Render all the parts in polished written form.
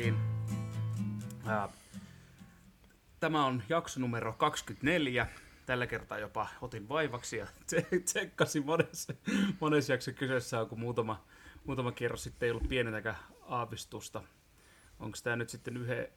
peliin. Tämä on jakso numero 24. Tällä kertaa jopa otin vaivaksi ja tsekkasin monessa jakso kyseessä on, kun muutama kierros sitten ei ollut pienetäkään aavistusta. Onko tämä nyt sitten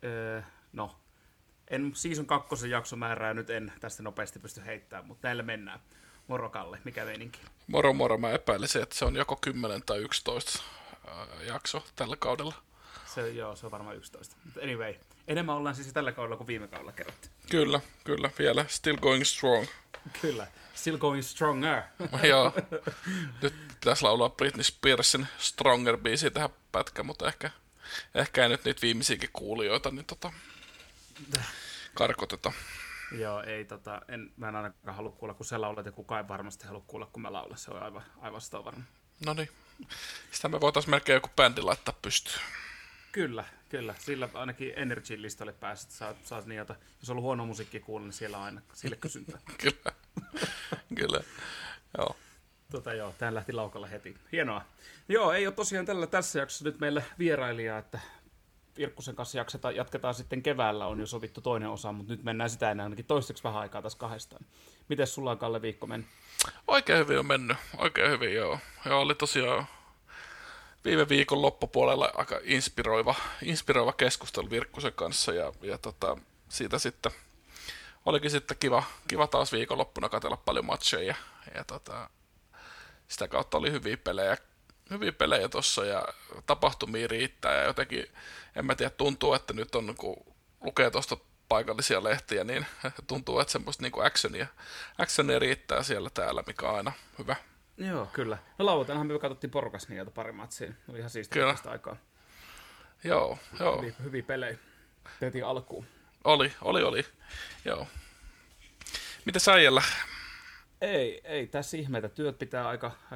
en season 2 jaksomäärää nyt en tästä nopeasti pysty heittämään, mutta näillä mennään. Moro Kalle, mikä meininki? Moro, mä epäilisin, että se on joko 10 tai 11 jakso tällä kaudella. Se on varmaan 11. Mutta anyway, enemmän ollaan siis tällä kaudella kuin viime kaudella kerätty. Kyllä, vielä still going strong. Kyllä, still going stronger. Joo, nyt pitäisi laulaa Britney Spearsin Stronger-biisiä tähän pätkään, mutta ehkä ei nyt niitä viimeisiäkin kuulijoita niin karkoteta. Joo, mä en ainakaan halua kuulla, kun sä laulat, ja kukaan ei varmasti halua kuulla, kun mä laulan. Se on aivan sitä varma. No niin, sitä me voitaisiin melkein joku bändi laittaa pystyyn. Kyllä. Sillä ainakin Energy-listalle pääset. Saat niitä. Jos on ollut huono musiikki kuulla, niin siellä on aina sille kysyntää. Kyllä. Joo. Joo, tää lähti laukalla heti. Hienoa. Joo, ei ole tosiaan tässä jaksossa nyt meillä vierailijaa, että Virkkusen kanssa jatketaan sitten keväällä, on jo sovittu toinen osa, mutta nyt mennään sitä enää ainakin toistaiseksi vähän aikaa taas kahdestaan. Miten sulla on, Kalle, viikko mennyt? Oikein hyvin on mennyt, joo. Ja oli tosiaan viime viikon loppupuolella aika inspiroiva keskustelu Virkkusen kanssa ja siitä sitten olikin sitten kiva taas viikonloppuna katsella paljon matcheja ja sitä kautta oli hyviä pelejä tuossa ja tapahtumia riittää ja jotenkin, en mä tiedä, tuntuu, että nyt on, kun lukee tuosta paikallisia lehtiä, niin tuntuu, että semmoista niin kuin actionia riittää siellä täällä, mikä on aina hyvä. Joo, kyllä. No lauantainahan me katsottiin porukas niitä pari matsia. Oli ihan siistiä aikaa. Joo. Hyviä pelejä. Tehtiin alkuun. Oli. Joo. Mitä äijällä? Ei tässä ihmeitä. Työt pitää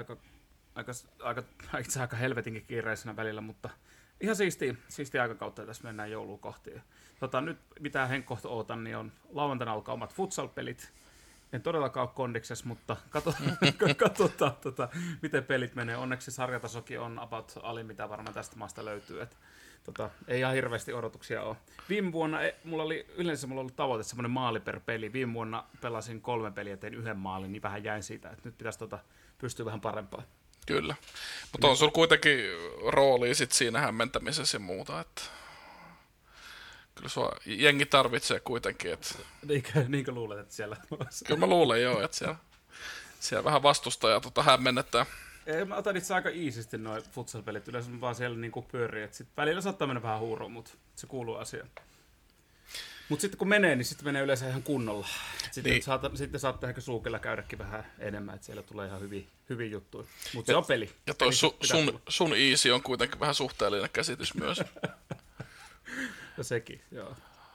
aika helvetinkin kiireisenä välillä, mutta ihan siistiä aikakautta, tässä mennään jouluun kohti. Nyt mitä henkkohta ootan, niin on lauantaina alkaa omat futsal-pelit. En todellakaan ole kondiksessa, mutta katsotaan, miten pelit menee. Onneksi sarjatasokin on about alin, mitä varmaan tästä maasta löytyy. Ei ihan hirveästi odotuksia ole. Viime vuonna mulla oli ollut tavoite semmoinen maali per peli. Viime vuonna pelasin 3 peliä ja tein 1 maalin, niin vähän jäin siitä, että nyt pitäisi pystyä vähän parempaan. Kyllä, mutta on sulla kuitenkin roolia sit siinä hämmentämisessä ja muuta, että kyllä sua jengi tarvitsee kuitenkin. Että niinkö luulet, että siellä? Kyllä mä luulen joo, että siellä vähän vastustajaa hämmennetään. Mä otan itse aika iisisti nuo futsal-pelit, yleensä vaan siellä niinku pyörii, että sit välillä saattaa mennä vähän huuroon, mutta se kuuluu asiaan. Mutta sitten kun menee, niin sitten menee yleensä ihan kunnolla. Sitten saattaa ehkä suukella käydäkin vähän enemmän, että siellä tulee ihan hyviä juttuja. Mutta se on peli. Ja toi sun easy on kuitenkin vähän suhteellinen käsitys myös. Ja sekin, joo.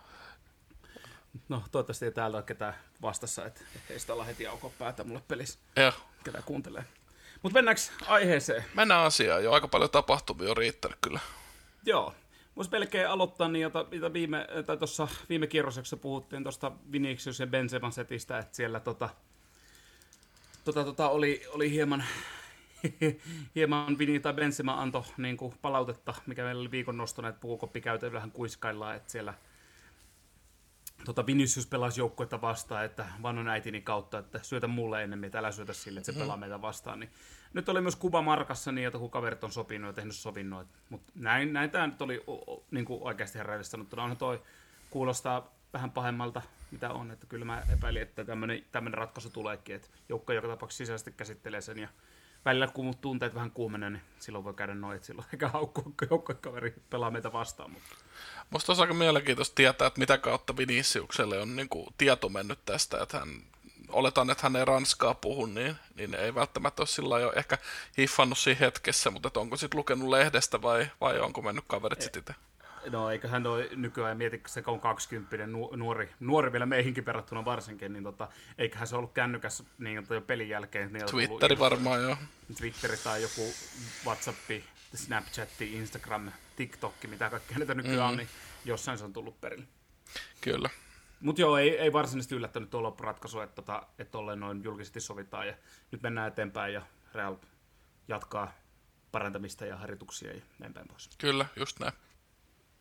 No toivottavasti ei täällä ole ketään vastassa, että ei sitä olla heti aukoa päätä mulle pelissä. Ketä kuuntelee. Mutta mennäänkö aiheeseen? Mennään asiaan. Jo aika paljon tapahtumia on riittänyt kyllä. Joo. Voisi melkein aloittaa, niin tuossa viime kierroksessa puhuttiin tuosta Vinicius ja Benzeman setistä, että siellä oli hieman Vini tai Benzema antoi niin kuin palautetta, mikä meillä oli viikon nostona, että puukoppikäytävällähän kuiskaillaan, että siellä Vinicius pelasi joukkuetta vastaan, että vannon äitini kautta, että syötä mulle ennemmin, että älä syötä sille, että se pelaa meitä vastaan. Niin nyt oli myös kuva Markassa, niin, että kun kaverit on sopinut ja tehnyt sovinnon. Mutta näin tämä nyt oli niin kuin oikeasti herraille sanottuna. Onhan toi kuulostaa vähän pahemmalta, mitä on. Että kyllä mä epäilin, että tämmöinen ratkaisu tuleekin, että joukko joka tapauksessa sisäisesti käsittelee sen. Ja välillä kun mut tunteet vähän kuumenee, niin silloin voi käydä noin, että silloin eikä haukkua joukkuekaveri pelaa meitä vastaan. Mutta musta olisi aika mielenkiintoista tietää, että mitä kautta Viniciukselle on niin kuin tieto mennyt tästä, että oletan, että hän ei ranskaa puhu, niin ei välttämättä ole sillä jo ehkä hiffannut siinä hetkessä, mutta onko sitten lukenut lehdestä vai onko mennyt kaverit sitten itse? No eiköhän ole nykyään, mieti se on 20 nuori vielä meihinkin verrattuna varsinkin, niin eiköhän se ollut kännykäs niin jo pelin jälkeen. Niin Twitteri varmaan joo. Twitteri tai joku WhatsAppi, Snapchatti, Instagram, TikTok, mitä kaikkea näitä nykyään on, niin jossain se on tullut perille. Kyllä. Mutta joo, ei varsinaisesti yllättänyt tuo loppuratkaisu, että tolleen noin julkisesti sovitaan ja nyt mennään eteenpäin ja Real jatkaa parantamista ja harjoituksia ja näin päin pois. Kyllä, just näin.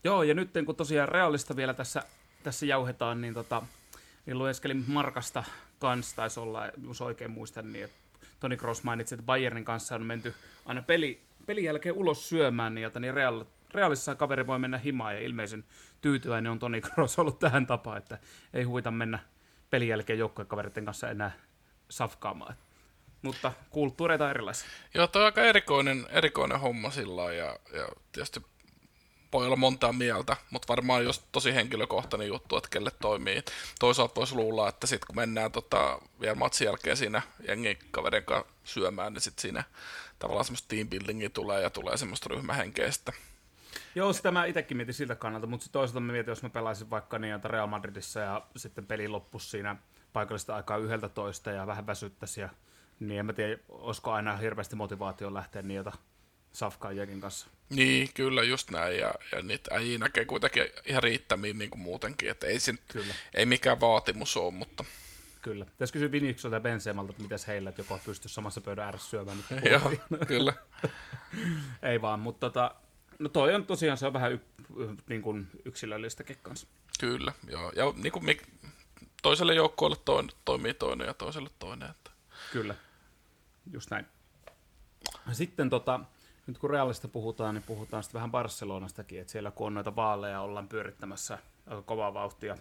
Joo, ja nyt kun tosiaan Realista vielä tässä jauhetaan, niin lueskelin Markasta kanssa, taisi olla, jos oikein muistan, niin että Toni Kroos mainitsi, että Bayernin kanssa on menty aina pelin jälkeen ulos syömään, niin Realissa kaveri voi mennä himaan, ja ilmeisen tyytyväinen on Toni Kroos ollut tähän tapaan, että ei huvita mennä pelin jälkeen joukkuekavereiden kanssa enää safkaamaan. Mutta kulttuureita on erilaisia. Joo, toi on aika erikoinen homma sillä lailla, ja tietysti voi olla montaa mieltä, mutta varmaan just tosi henkilökohtainen juttu, että kelle toimii. Toisaalta voisi luulla, että sitten kun mennään vielä matsin jälkeen siinä jengikaverin kanssa syömään, niin sitten siinä tavallaan semmoista teambuildingia tulee ja tulee semmoista ryhmähenkeä sitten. Joo, sitä mä itsekin mietin siltä kannalta, mutta toisaalta mä mietin, jos mä pelaisin vaikka niin, että Real Madridissa ja sitten peli loppuisi siinä paikallista aikaa 11 ja vähän väsyttäisi, niin en mä tiedä, olisiko aina hirveästi motivaatio lähteä niitä safkaan jekin kanssa. Niin, kyllä just näin, ja niitä äijä näkee kuitenkin ihan riittämiin niin kuin muutenkin, että ei mikään vaatimus ole, mutta... Kyllä. Tässä kysyy Vinikseltä ja Benzemalta, että mitäs heillä, että joko pystyisi samassa pöydän ääressä syömään. Joo, kyllä. Ei vaan, mutta no toi on tosiaan, se on vähän niin kuin yksilöllistäkin kanssa. Kyllä, joo. Ja niin kuin toiselle joukkueelle toimii toinen ja toiselle toinen. Että... Kyllä, just näin. Sitten nyt kun Realista puhutaan, niin puhutaan sitten vähän Barcelonastakin, että siellä kun on noita vaaleja, ollaan pyörittämässä aika kovaa vauhtia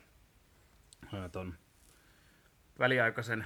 ton väliaikaisen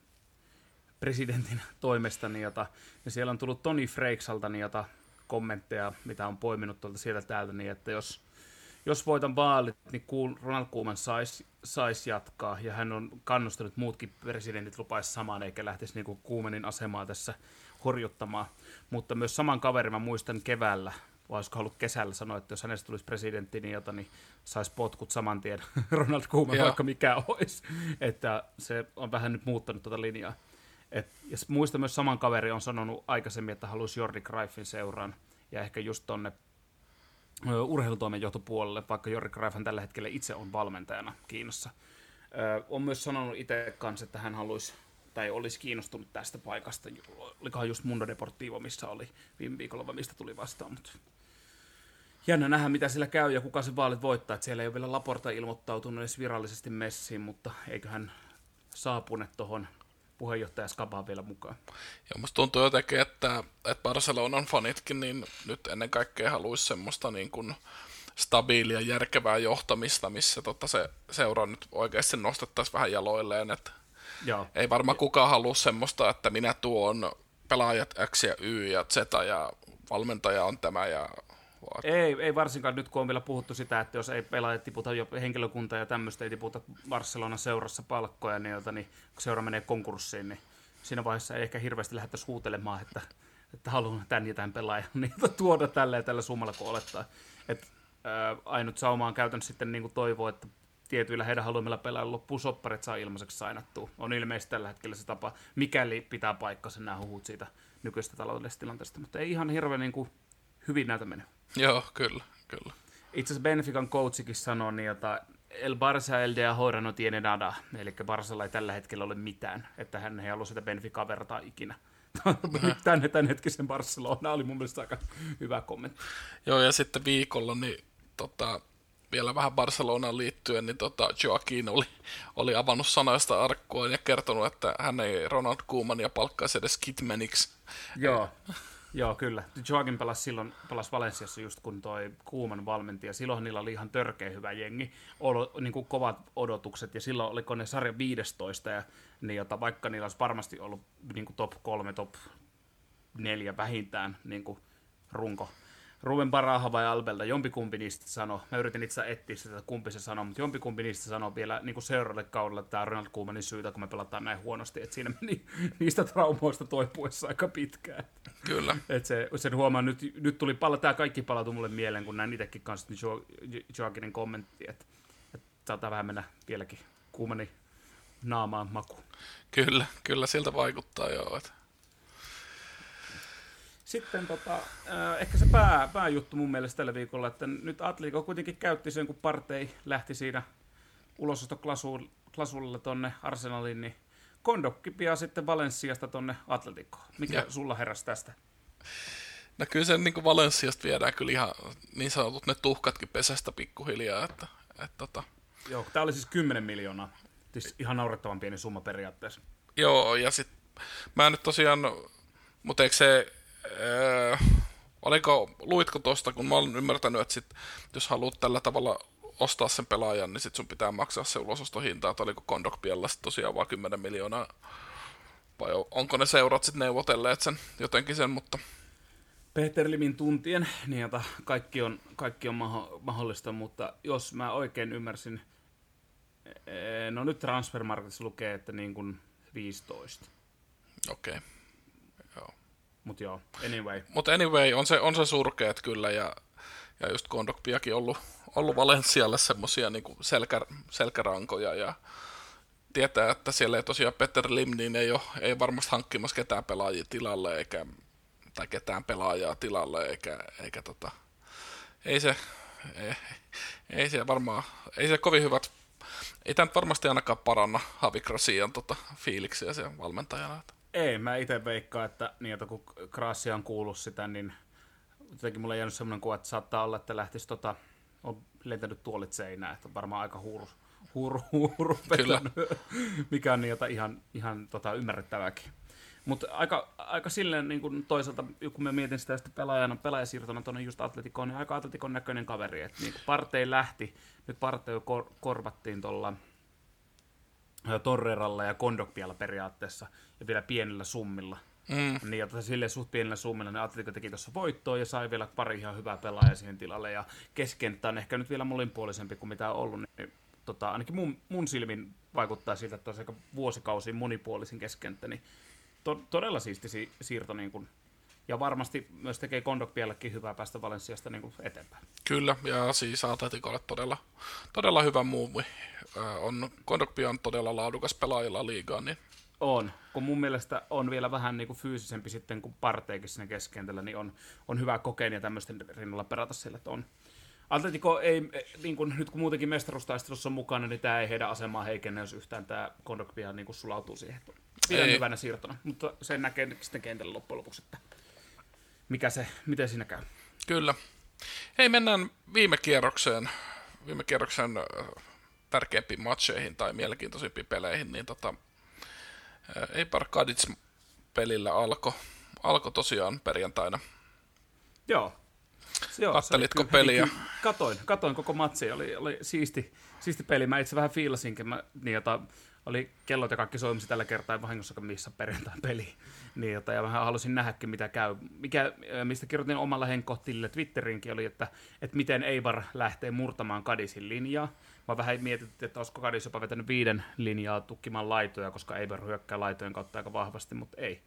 presidentin toimesta, ja siellä on tullut Toni Freiksalta kommentteja, mitä on poiminut tuolta sieltä täältä, niin että jos voitan vaalit, niin Ronald Koeman saisi jatkaa, ja hän on kannustanut muutkin presidentit lupaisi samaan, eikä lähtisi niin kuin Koemanin asemaa tässä horjuttamaan. Mutta myös saman kaverin mä muistan keväällä, vai olisiko ollut kesällä sanoa, että jos hänestä tulisi presidentti, niin saisi potkut saman tien Ronald Koeman, vaikka mikä olisi. Että se on vähän nyt muuttanut tuota linjaa. Ja muistan myös saman kaveri on sanonut aikaisemmin, että haluaisi Jordi Cruyffin seuraan, ja ehkä just tonne urheilutoimen johtopuolelle, vaikka Jordi Cruyff tällä hetkellä itse on valmentajana Kiinassa. On myös sanonut itse kanssa, että hän haluaisi tai olisi kiinnostunut tästä paikasta. Olikohan just Mundo Deportivo, missä oli viime viikolla, vai mistä tuli vastaan. Mutta jännä nähdä, mitä siellä käy ja kuka se vaalit voittaa. Että siellä ei ole vielä Laporta ilmoittautunut edes virallisesti messiin, mutta eiköhän saapune tuohon puheenjohtajaskapaan vielä mukaan. Joo, musta tuntuu jotenkin, että Barcelonan fanitkin niin nyt ennen kaikkea haluaisi semmoista niin kuin stabiilia, järkevää johtamista, missä se seura nyt oikeasti nostettaisiin vähän jaloilleen, että Joo. Ei varmaan kukaan halua semmoista, että minä tuon pelaajat X ja Y ja Z ja valmentaja on tämä. Ei varsinkaan nyt, kun on vielä puhuttu sitä, että jos ei pelaajat tiputa jo henkilökuntaa ja tämmöistä, ei tiputa Barcelonan seurassa palkkoja, niin kun seura menee konkurssiin, niin siinä vaiheessa ei ehkä hirveästi lähdettäisi huutelemaan, että haluan tän ja tämän pelaajan niin tuoda tällä summalla, kun olettaa. Ainut sauma on käytännössä sitten niin kuin toivoa, että tietyillä heidän haluamilla pelaajilla loppuu sopparit saa ilmaiseksi sainattua. On ilmeisesti tällä hetkellä se tapa, mikäli pitää paikkansa nämä huhut siitä nykyistä taloudellisesta tilanteesta, mutta ei ihan hirveän niin kuin hyvin näitä mene. Joo, kyllä. Itse asiassa Benfican coachikin sanoi, niin El Barça el de ahora no tiene nada, eli Barçalla ei tällä hetkellä ole mitään, että hän ei halua sitä Benficaa vertaa ikinä. Tämän hetkisen Barcelona oli mun mielestä aika hyvä kommentti. Joo, ja sitten viikolla niin vielä vähän Barcelonaan liittyen, niin Joaquin oli avannut sanoista arkkua ja kertonut, että hän ei Ronald Koemania palkkaisi edes Kitmaniksi. Joo, kyllä. Joaquin pelasi Valensiassa just kun toi Koeman valmenti, ja silloin niillä oli ihan törkeä hyvä jengi, niin kuin kovat odotukset, ja silloin oliko ne sarja 15, ja niin, vaikka niillä olisi varmasti ollut niin kuin top 3, top 4 vähintään niin kuin runko. Ruben Baraja vai Albelta, jompikumpi niistä sanoi, mä yritin itse etsiä sitä, kumpi se sanoi, mutta jompikumpi niistä sanoi vielä niin kuin seuraavalle kaudella, että tämä on Ronald Koemanin syytä, kun me pelataan näin huonosti, että siinä meni niistä traumoista toipuessa aika pitkään. Kyllä. Että sen huomaa, nyt tuli tämä kaikki palautui mulle mieleen, kun näin itsekin kanssa Joaquinin kommentti, että saattaa vähän mennä vieläkin Koemanin naamaan maku. Kyllä siltä vaikuttaa joo, että Sitten ehkä se pääjuttu mun mielestä tällä viikolla, että nyt Atletico kuitenkin käytti sen, kun Partey lähti siinä ulosostoklasulla tonne Arsenaliin, niin Kondokki pian sitten Valensiasta tonne Atleticoon. Mikä sulla heräsi tästä? No kyllä sen niin Valenssiasta viedään kyllä ihan niin sanotut ne tuhkatkin pesästä pikkuhiljaa, että. Joo, tää oli siis 10 miljoonaa. Siis ihan naurettavan pieni summa periaatteessa. Joo, ja sit mä nyt tosiaan, mutta eikö se, luitko tosta, kun mä olen ymmärtänyt, että sit, jos haluat tällä tavalla ostaa sen pelaajan, niin sit sun pitää maksaa se ulosostohinta, että oliko Kondokpialla sit tosiaan vaan 10 miljoonaa, vai onko ne seurat sit neuvotelleet sen jotenkin sen, mutta. Peter Limin tuntien, niin kaikki on mahdollista, mutta jos mä oikein ymmärsin, no nyt Transfermarktissa lukee, että niin kuin 15. Okei. Joo. Mutta joo, anyway. Mutta anyway, on se surkeet kyllä, ja just Kondokpiakin ollut Valenssialle semmosia niinku selkärankoja, ja tietää, että siellä ei tosiaan Peter Lim, niin ei varmasti hankkimassa ketään pelaajia tilalle, tai ketään pelaajaa tilalle, eikä ei se varmaan, ei se kovin hyvät, ei tämä nyt varmasti ainakaan paranna Javi Gracian fiiliksiä sen valmentajana. Ei, mä itse veikkaan, että kun Gracia on kuullut sitä, niin jotenkin mulla on jäänyt semmoinen kuva, että saattaa olla, että lähtisi on lentänyt tuolit seinään, että on varmaan aika huuru vetänyt, mikä on ihan ymmärrettävääkin. Mutta aika silleen niin kun toisaalta, kun mä mietin sitä pelaajasiirtona tuonne just Atletikoon, niin aika Atletikon näköinen kaveri. Että niin Partey lähti, nyt Partey korvattiin tuolla Torreiralla ja Kondokpialla periaatteessa, ja vielä pienillä summilla. Niin, silleen suht pienillä summilla niin Atletico teki tuossa voittoa ja sai vielä pari ihan hyvää pelaajaa siihen tilalle. Ja keskenttä on ehkä nyt vielä molinpuolisempi kuin mitä on ollut. Niin, ainakin mun silmin vaikuttaa siltä, että on aika vuosikausiin monipuolisin keskenttä. Niin todella siisti siirto. Niin kun, ja varmasti myös tekee Kondokpiallekin hyvää päästä Valenssiasta niin eteenpäin. Kyllä, ja siis Atleticolle todella hyvä muuvi. Kondokpia on todella laadukas pelaajilla liigaa, niin on, kun mun mielestä on vielä vähän niin kuin fyysisempi sitten kuin Parteykin siinä keskentällä, niin on hyvä kokeen ja tämmöisten rinnalla perata sillä, että on. Atletico ei, niin kuin, nyt kun muutenkin mestaruustaistelussa on mukana, niin tämä ei heidän asemaa heikennä, jos yhtään tämä Kondokpia niin kuin sulautuu siihen. Pidän hyvänä siirtona, mutta sen näkee sitten kentällä loppujen lopuksi, että miten siinä käy. Kyllä. Hei, mennään viime kierroksen tärkeimpiin matcheihin tai mielenkiintoisimpiin peleihin, niin Eibar Kadic-pelillä alkoi tosiaan perjantaina. Joo. Kattelitko peliä? Katoin koko matsi. Oli siisti peli. Mä itse vähän fiilasinkin. Oli kellot ja kaikki soimisi tällä kertaa, ei vahingossakaan missä perjantain peli. Ja vähän halusin nähdäkin, mitä käy. Mistä kirjoitin omalla henkkohtille Twitterinkin oli, että miten Eibar lähtee murtamaan Cadizin linjaa. Mä vähän mietin, että olisiko Cadiz jopa vetänyt 5 linjaa tukkimaan laitoja, koska Eibar hyökkää laitojen kautta aika vahvasti, mutta ei.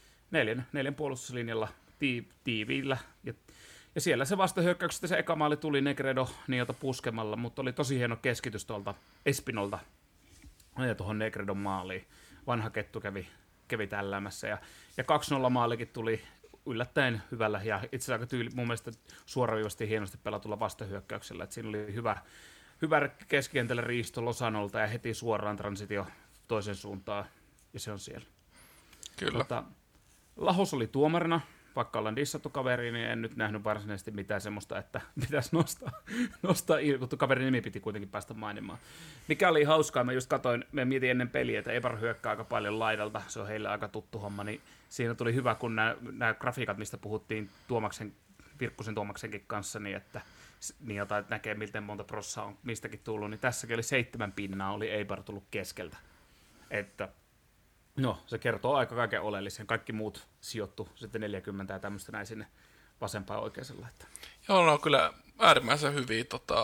4 puolustuslinjalla tiiviillä. Ja siellä se vastahyökkäyksestä se eka maali tuli Negredo niiltä puskemalla, mutta oli tosi hieno keskitys tuolta Espinolta ja tuohon Negredon maaliin. Vanha kettu kävi tällämässä ja 2-0 maalikin tuli yllättäen hyvällä ja itse asiassa mun mielestä suoraviivasti hienosti pelatulla vastahyökkäyksellä. Et siinä oli hyvä keskikentällä riisto Losanolta ja heti suoraan transitio toisen suuntaan ja se on siellä. Kyllä. Lahos oli tuomarina. Vaikka ollaan dissattu kaveriin, niin en nyt nähnyt varsinaisesti mitään semmoista, että pitäisi nostaa kun kaverin nimi piti kuitenkin päästä mainimaan. Mikä oli hauskaa, mä just me mietin ennen peliä, että Eibar hyökkää aika paljon laidalta, se on heille aika tuttu homma, niin siinä tuli hyvä, kun nämä grafiikat, mistä puhuttiin Virkkusen Tuomaksenkin kanssa, niin että näkee, miten monta prossaa on mistäkin tullut, niin tässäkin oli 7 pinnaa, oli Eibar tullut keskeltä. Että no, se kertoo aika kaiken oleellisen. Kaikki muut sijoittu sitten 40 ja tämmöistä näin sinne vasempaan oikeaisella. Joo, no kyllä äärimmäisen hyviä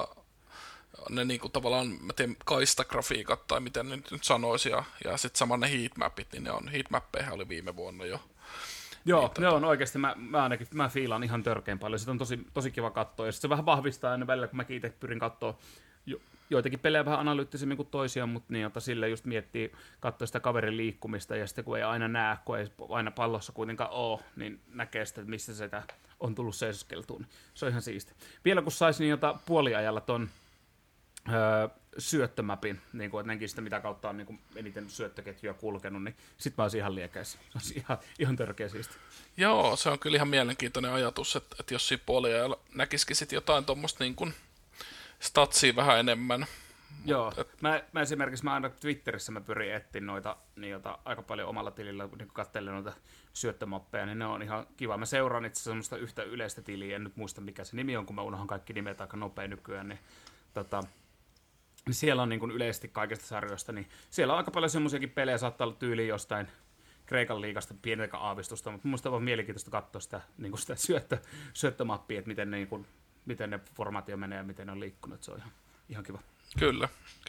ne niinku tavallaan, mä tiedän, kaistagrafiikat tai miten ne nyt sanoisi, ja sitten saman ne heatmapit, niin ne on, heatmappeja oli viime vuonna jo. Joo, ne on oikeasti, mä fiilaan ihan törkeän paljon, sitä on tosi kiva katsoa, ja sitten se vähän vahvistaa aina välillä, kun mäkin itse pyrin katsoa joitakin pelejä vähän analyyttisemmin kuin toisia, mutta niin, sille just miettii, katsoa sitä kaverin liikkumista, ja sitten kun ei aina näe, kun ei aina pallossa kuitenkaan ole, niin näkee sitten, että missä sitä on tullut seisoskeltua. Se on ihan siisti. Vielä kun saisi niin puoliajalla ton syöttömapin, niin kuin, että näinkin sitä, mitä kautta on niin kuin eniten syöttöketjuja kulkenut, niin sit mä olisin ihan liekäissä. Se olisi ihan törkeä siisti. Joo, se on kyllä ihan mielenkiintoinen ajatus, että jos siinä puoliajalla näkisikin sit jotain tuommoista niin kuin statsia vähän enemmän. Joo, mä esimerkiksi aina Twitterissä mä pyrin etsiä noita aika paljon omalla tilillä, kun katselen noita syöttömappeja, niin ne on ihan kiva. Mä seuraan itse semmoista yhtä yleistä tiliä, en nyt muista mikä se nimi on, kun mä unohan kaikki nimet aika nopea nykyään, niin siellä on niin kuin yleisesti kaikista sarjoista, niin siellä on aika paljon semmoisiakin pelejä, saattaa olla tyyliin jostain Kreikan liigasta pientä aavistusta, mutta mun on mielenkiintoista katsoa sitä, niin kuin sitä syöttömappia, että miten ne formaatio menee ja miten ne on liikkunut, se on ihan kiva. Kyllä.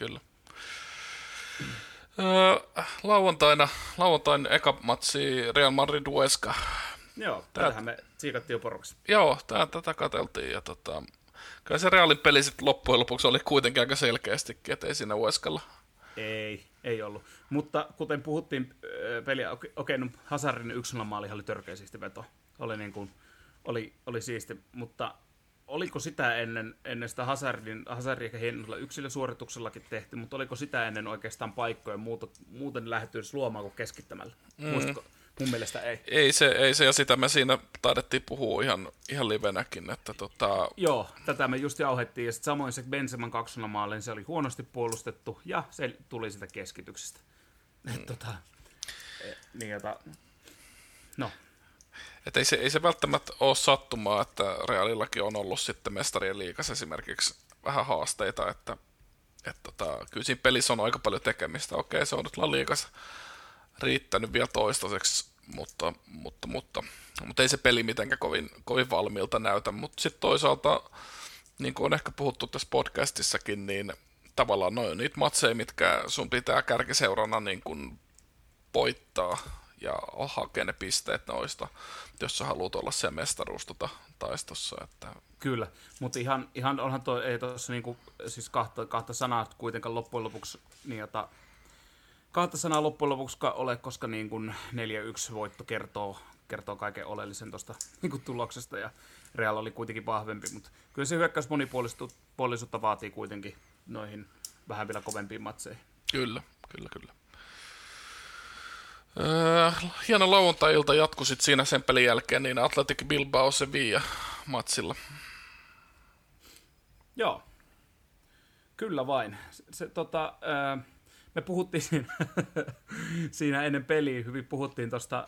Lauantain eka matsi Real Madrid Huesca. Joo, tätähän me tsiikattiin jo poroksi. Joo, tätä katseltiin ja kyllä se Realin peli sitten loppujen lopuksi oli kuitenkin aika selkeästikin, että ei siinä Huescalla. Ei ollut. Mutta kuten puhuttiin peliä, no Hazardin 1-0 maalihan oli törkeä siisti veto. Oli siisti, mutta oliko sitä ennen sitä Hazardin ehkä hienolla yksilösuorituksellakin tehty, mutta oliko sitä ennen oikeastaan paikkoja muuten lähtyisi luomaan kuin keskittämällä? Muistatko? Mun mielestä ei. Ei se, ja sitä me siinä taidettiin puhua ihan livenäkin, että Joo, tätä me just jauhettiin, ja sitten samoin se Benzeman 2-0 maalin, se oli huonosti puolustettu, ja se tuli sitä keskityksestä. No. Että ei se välttämättä ole sattumaa, että Realillakin on ollut sitten mestarien liigassa esimerkiksi vähän haasteita, että kyllä siinä pelissä on aika paljon tekemistä. Okei, se on nyt La Ligassa riittänyt vielä toistaiseksi, mutta ei se peli mitenkään kovin valmiilta näytä. Mutta sitten toisaalta, niin kuin on ehkä puhuttu tässä podcastissakin, niin tavallaan noin niitä matseja, mitkä sun pitää kärkiseurana niin kuin voittaa ja hakea ne pisteet noista, jos sä haluat olla se mestaruus taistossa. Että... Kyllä, mutta ihan onhan ei tuossa niinku, siis kahta sanaa kuitenkaan loppujen lopuksi kahta sanaa loppujen lopuksi ole, koska niin kuin 4-1 voitto kertoo kaiken oleellisen tuosta niin tuloksesta, ja Real oli kuitenkin vahvempi, mutta kyllä se hyökkäys monipuolisuutta vaatii kuitenkin noihin vähän vielä kovempiin matseihin. Kyllä. Hieno lauantai-ilta jatkui sit siinä sen pelin jälkeen, niin Athletic Bilbao Sevilla matsilla. Joo, kyllä vain. Me puhuttiin siinä ennen peliä, hyvin puhuttiin tuosta,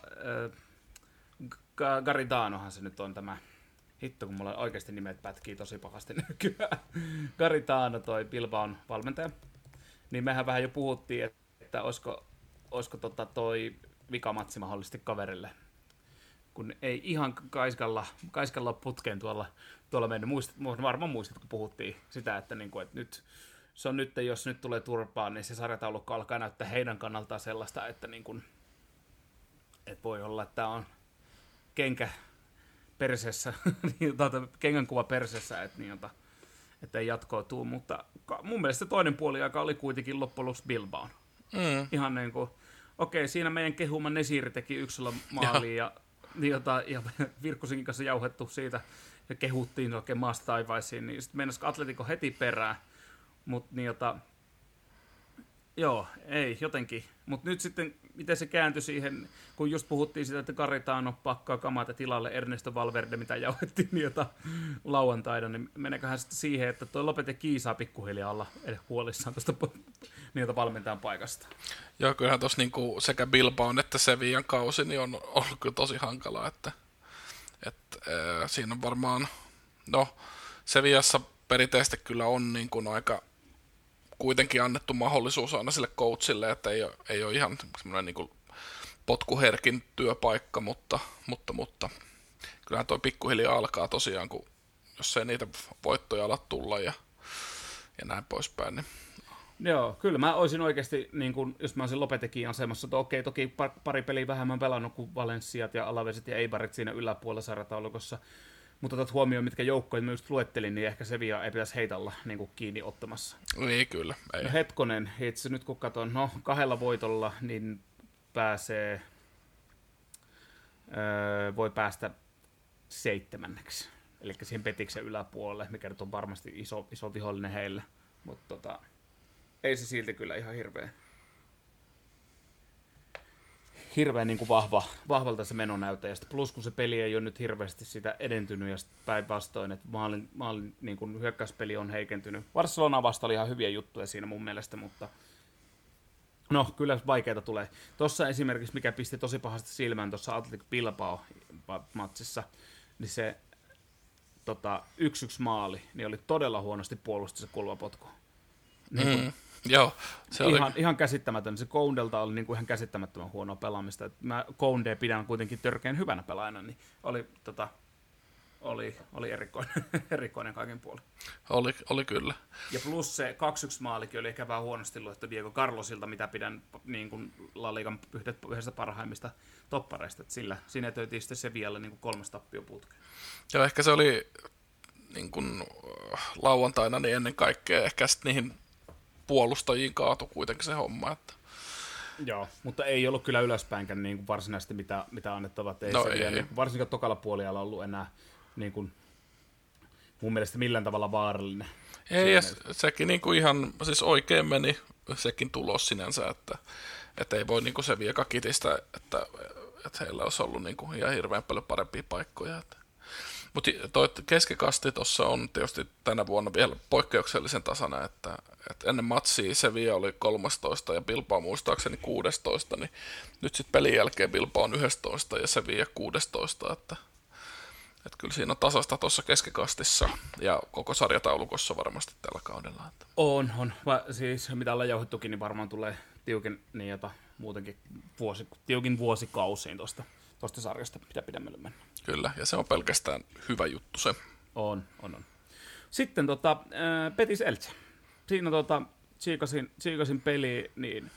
Garitanohan se nyt on tämä, hitto kun mulla oikeasti nimet pätkii tosi pahasti nykyään, Garitano toi Bilbaon valmentaja, niin mehän vähän jo puhuttiin, että olisiko toi vikamatsi mahdollisesti kaverille, kun ei ihan kaiskalla putkeen tuolla mennyt. Varmaan muistat, kun puhuttiin sitä, että nyt se on nyt, jos nyt tulee turpaan, niin se sarjataulukko alkaa näyttää heidän kannaltaan sellaista, että että voi olla, että tämä on kenkä perseessä, kengänkuva perseessä, että ei jatkoa tuu, mutta mun mielestä toinen puoli aika oli kuitenkin loppujen lopuksi Bilbaon. Ihan niin kuin, okei, siinä meidän kehuma Nesiri teki 1-0 maaliin ja Virkkusenkin kanssa jauhettu siitä ja kehuttiin oikein maasta taivaisiin, niin sitten mennäisikö Atletico heti perään, mutta joo, ei jotenkin. Mutta nyt sitten, miten se kääntyi siihen, kun just puhuttiin siitä, että Garitano pakkaa kamata tilalle Ernesto Valverde, mitä jauhettiin lauantaina, niin meneköhän sitten siihen, että tuo Lopete kiisaa pikkuhiljaa olla huolissaan tuosta valmentajan paikasta. Joo, kyllähän tuossa niinku sekä Bilbaon että Sevillan kausi niin on ollut kyllä tosi hankalaa, että siinä on varmaan, Sevillassa perinteisesti kyllä on niin kuin aika kuitenkin annettu mahdollisuus aina sille coachille, että ei ole ihan semmoinen niin kuin potkuherkin työpaikka, mutta kyllähän toi pikkuhiljaa alkaa tosiaan, jos ei niitä voittoja ala tulla ja näin poispäin. Niin. Joo, kyllä mä olisin oikeasti, niin kun, jos mä olisin Lopetekin asemassa, että okei, toki pari peliä vähemmän pelannut kuin Valenssiat ja Alavesit ja Eibarit siinä yläpuolella sarjataulukossa, mutta otat huomioon, mitkä joukkoja mä just luettelin, niin ehkä Sevilla ei pitäisi heitä olla niin kiinni ottamassa. Ei kyllä. Ei. No hetkonen, itse nyt kun katson, 2 voitolla, niin voi päästä 7. Eli siihen Petiksen yläpuolelle, mikä nyt on varmasti iso vihollinen heille. mutta ei se silti kyllä ihan hirveän niin kuin vahvalta se meno näyttää. Ja plus kun se peli ei ole nyt hirveästi sitä edentynyt ja päinvastoin, että maalin niin kuin hyökkäyspeli on heikentynyt. Barcelona vasta oli ihan hyviä juttuja siinä mun mielestä, mutta no kyllä vaikeita tulee. Tuossa esimerkiksi, mikä pisti tosi pahasti silmään tuossa Athletic Bilbao-matsissa, niin se 1-1 maali, niin oli todella huonosti puolusti se kulmapotku. Niin joo, se ihan käsittämätön. Se Koundelta oli niin kuin ihan käsittämättömän huonoa pelaamista. Et mä Koundea pidän kuitenkin törkeän hyvänä pelaajana, niin oli erikoinen kaiken puolin. Oli kyllä. Ja plus se 2-1 maalikin oli ehkä vähän huonosti luettu Diego Carlosilta, mitä pidän niin kuin La Ligan yhdestä parhaimmista toppareista. Et siinä töitiin sitten Sevillalle niin 3 tappioputkea. Joo, ehkä se oli niin kuin lauantaina niin ennen kaikkea ehkä sitten niihin puolustajiin kaatui kuitenkin se homma. Että... Joo, mutta ei ollut kyllä ylöspäinkään niin kuin varsinaisesti mitä annettavat. Ei se ei. Varsinkaan tokalla puolialla ollut enää niin kuin, mun mielestä millään tavalla vaarallinen. Ei, ja sekin niin kuin ihan siis oikein meni sekin tulos sinänsä, että ei voi niin kuin se vieka kitistä, että heillä olisi ollut niin kuin ihan hirveän paljon parempia paikkoja. Mutta toi keskikasti tuossa on tietysti tänä vuonna vielä poikkeuksellisen tasana, että ennen matsia Sevilla oli 13 ja Bilbao muistaakseni 16, niin nyt sitten pelin jälkeen Bilbao on 11 ja Sevilla 16, että kyllä siinä on tasasta tuossa keskikastissa ja koko sarjataulukossa varmasti tällä kaudella. Että. On. Siis mitä ollaan jauhittukin, niin varmaan tulee tiukin muutenkin tiukin vuosikausiin tuosta sarjasta, mitä pidemmälle mennä. Kyllä, ja se on pelkästään hyvä juttu se. On. Sitten Betis Elche. Siinä tsiikasin peli, niin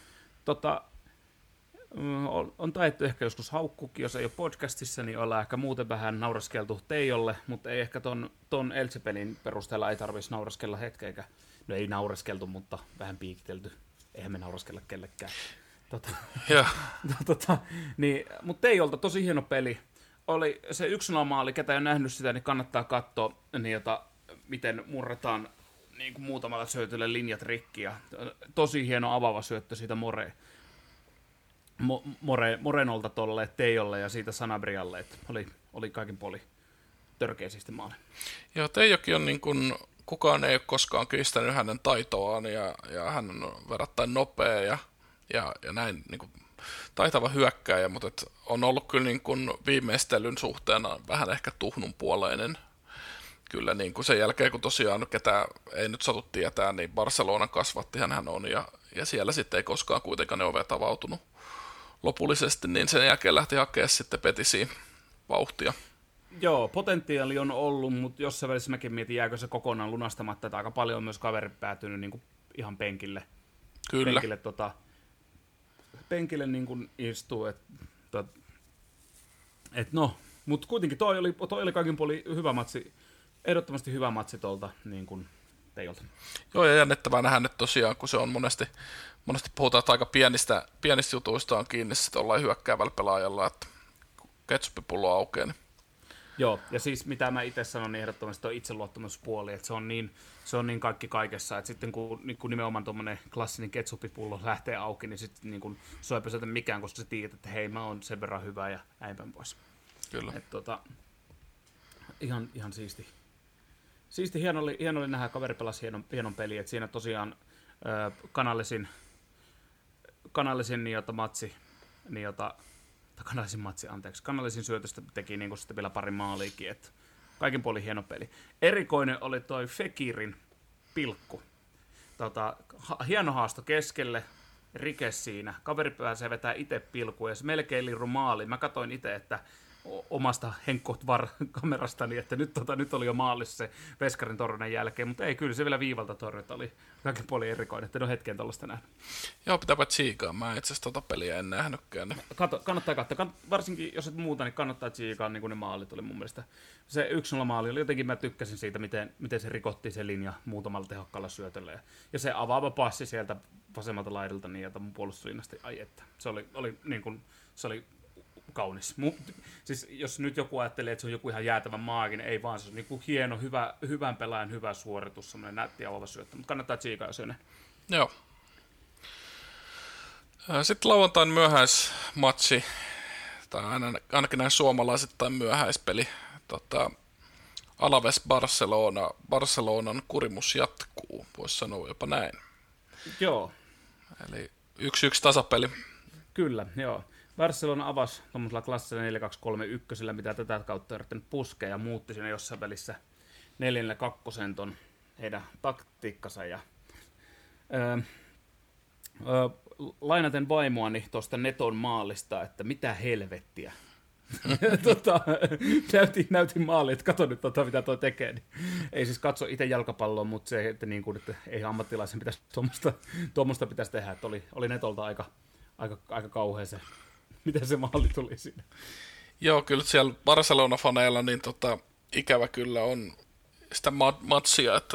on taidettu ehkä joskus haukkukin, jos ei ole podcastissa, niin ollaan ehkä muuten vähän nauraskeltu Teijolle, mutta ei ehkä ton Elche-pelin perusteella ei tarvitsisi nauraskella hetkeäkään. No ei nauraskeltu, mutta vähän piikitelty. Eihän me nauraskella kellekään. Niin, mutta Teijolta tosi hieno peli. Oli se 1-0 maali, ketä ei ole nähnyt sitä, niin kannattaa katsoa, niin miten murretaan niin kuin muutamalla syötöllä linjat rikki. Ja tosi hieno avaava syöttö siitä Morenolta tolle Teijolle ja siitä Sanabrialle, että oli kaikin puolin törkeästi maali. Joo, Teijokin on niin kuin, kukaan ei ole koskaan kiistänyt hänen taitoaan ja hän on verrattain nopea ja näin niin kuin, taitava hyökkääjä, mutta on ollut kyllä niin kuin viimeistelyn suhteena vähän ehkä tuhnunpuoleinen. Kyllä niin kuin sen jälkeen, kun tosiaan ketä ei nyt satu tietää, niin Barcelonan kasvattihan hän on ja siellä sitten ei koskaan kuitenkaan ne ovet avautunut lopullisesti, niin sen jälkeen lähti hakemaan sitten Betisiin vauhtia. Joo, potentiaali on ollut, mutta jossain välissä mäkin mietin, jääkö se kokonaan lunastamatta, että aika paljon on myös kaveri päätynyt niin kuin ihan penkille. Kyllä. Penkille niin kuin istuu, mutta kuitenkin toi oli kaikin puolin hyvä matsi, ehdottomasti hyvä matsi tuolta niin kuin Teijolta. Joo, ja jännittävää nähdä nyt tosiaan, kun se on monesti puhutaan, että aika pienistä jutuista on kiinni sitten ollaan hyökkäävällä pelaajalla, että ketsuppipullo aukeaa. Niin. Joo, ja siis mitä mä itse sanon, niin ehdottomasti tuo itseluottamuspuoli, että se on niin kaikki kaikessa, että sitten kun nimenomaan tuommoinen klassinen ketsuppipullo lähtee auki, niin sitten niin se ei pysäytä mikään, koska sä tiedät, että hei, mä oon sen verran hyvä ja näinpäin pois. Kyllä. Ihan siisti. Siisti hieno oli nähdä, kaveri pelasi hienon peli, että siinä tosiaan kanallisin kanallisin syötöstä teki niin sitten vielä pari maaliikin, että kaikin puolin hieno peli. Erikoinen oli toi Fekirin pilkku. Hieno haasto keskelle, rike siinä. Kaveri pääsee vetää itse pilkuun ja se melkein liru maaliin. Mä katsoin itse, että omasta Henkkoht-kamerastani, että nyt oli jo maalissa se Veskarin torjunnan jälkeen, mutta ei, kyllä se vielä viivalta torjunta oli kaiken puolin erikoinen, että en ole hetken tuollaista nähnyt. Joo, pitääpä tsiikaa, mä itse asiassa peliä en nähnytkään. Niin. Kannattaa katsoa, varsinkin jos et muuta, niin kannattaa tsiikaa, niin kuin ne maalit oli mun mielestä. Se 1-0 maali oli jotenkin, mä tykkäsin siitä, miten se rikotti se linja muutamalla tehokkaalla syötöllä. Ja se avaava passi sieltä vasemmalta laidalta niin mun puolustuslinnasta, ai että, se oli kaunis. Siis jos nyt joku ajattelee, että se on joku ihan jäätävän maaginen, ei vaan, se on niinku hieno, hyvän pelaajan hyvä suoritus, semmoinen nätti ja vahva syöttö, mutta kannattaa tsiikaa, jos ne. Joo. Sitten lauantain myöhäismatsi, tai ainakin näin suomalaisittain myöhäispeli, Alaves Barcelona. Barcelonan kurimus jatkuu, voisi sanoa jopa näin. Joo. Eli 1-1 tasapeli. Kyllä, joo. Barcelona avasi tuollaisella klassisella 4-2-3-1, mitä tätä kautta yrittänyt puskea ja muutti siinä jossain välissä 4-2 ton heidän taktiikkansa. Ja, lainaten vaimoani tuosta Neton maalista, että mitä helvettiä. Näytin maaliin, että katso nyt mitä toi tekee. Niin ei siis katso itse jalkapalloa, mutta se, että, niin kuin, että ei ammattilaisen pitäisi tuommoista pitäisi tehdä. Että oli Netolta aika kauhea se, miten se maali tuli siinä. Joo, kyllä siellä Barcelona-faneilla niin ikävä kyllä on sitä matsia, että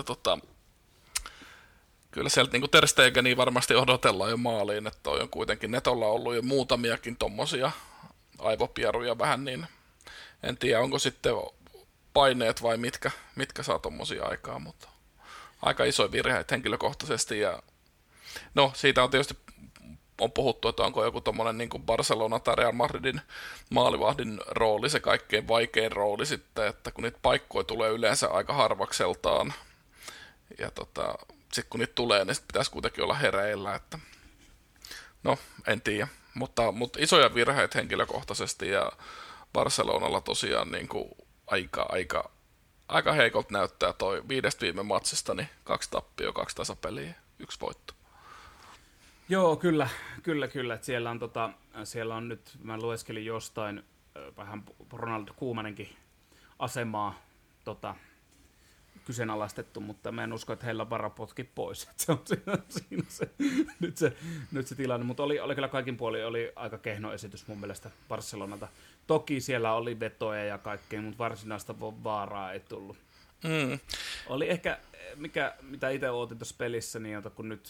kyllä sieltä niin Ter Stegenia varmasti odotellaan jo maaliin, että on kuitenkin Netolla ollut jo muutamiakin tommosia aivopieruja vähän, niin en tiedä, onko sitten paineet vai mitkä saa tommosia aikaa, mutta aika isoja virheitä henkilökohtaisesti. Ja no, siitä on tietysti puhuttu, että onko joku tommonen niin kuin Barcelona tai Real Madridin maalivahdin rooli se kaikkein vaikein rooli sitten, että kun niitä paikkoja tulee yleensä aika harvakseltaan, ja sitten kun niitä tulee, niin sit pitäisi kuitenkin olla hereillä, että no, en tiedä. Mutta isoja virheitä henkilökohtaisesti ja Barcelonalla tosiaan niin kuin aika heikolta näyttää toi 5 viime matsista, niin 2 tappioa, 2 tasapeliä, 1 voitto. Joo, kyllä. Että siellä on nyt, mä lueskelin jostain vähän Ronald Koemanenkin asemaa kyseenalaistettu, mutta mä en usko, että heillä on varaa potkia pois. Se on siinä nyt se tilanne, mutta oli kyllä kaikin puolin oli aika kehno esitys mun mielestä Barcelonalta. Toki siellä oli vetoja ja kaikkea, mutta varsinaista vaaraa ei tullut. Mm. Oli ehkä, mitä itse ootin tuossa pelissä, niin kun nyt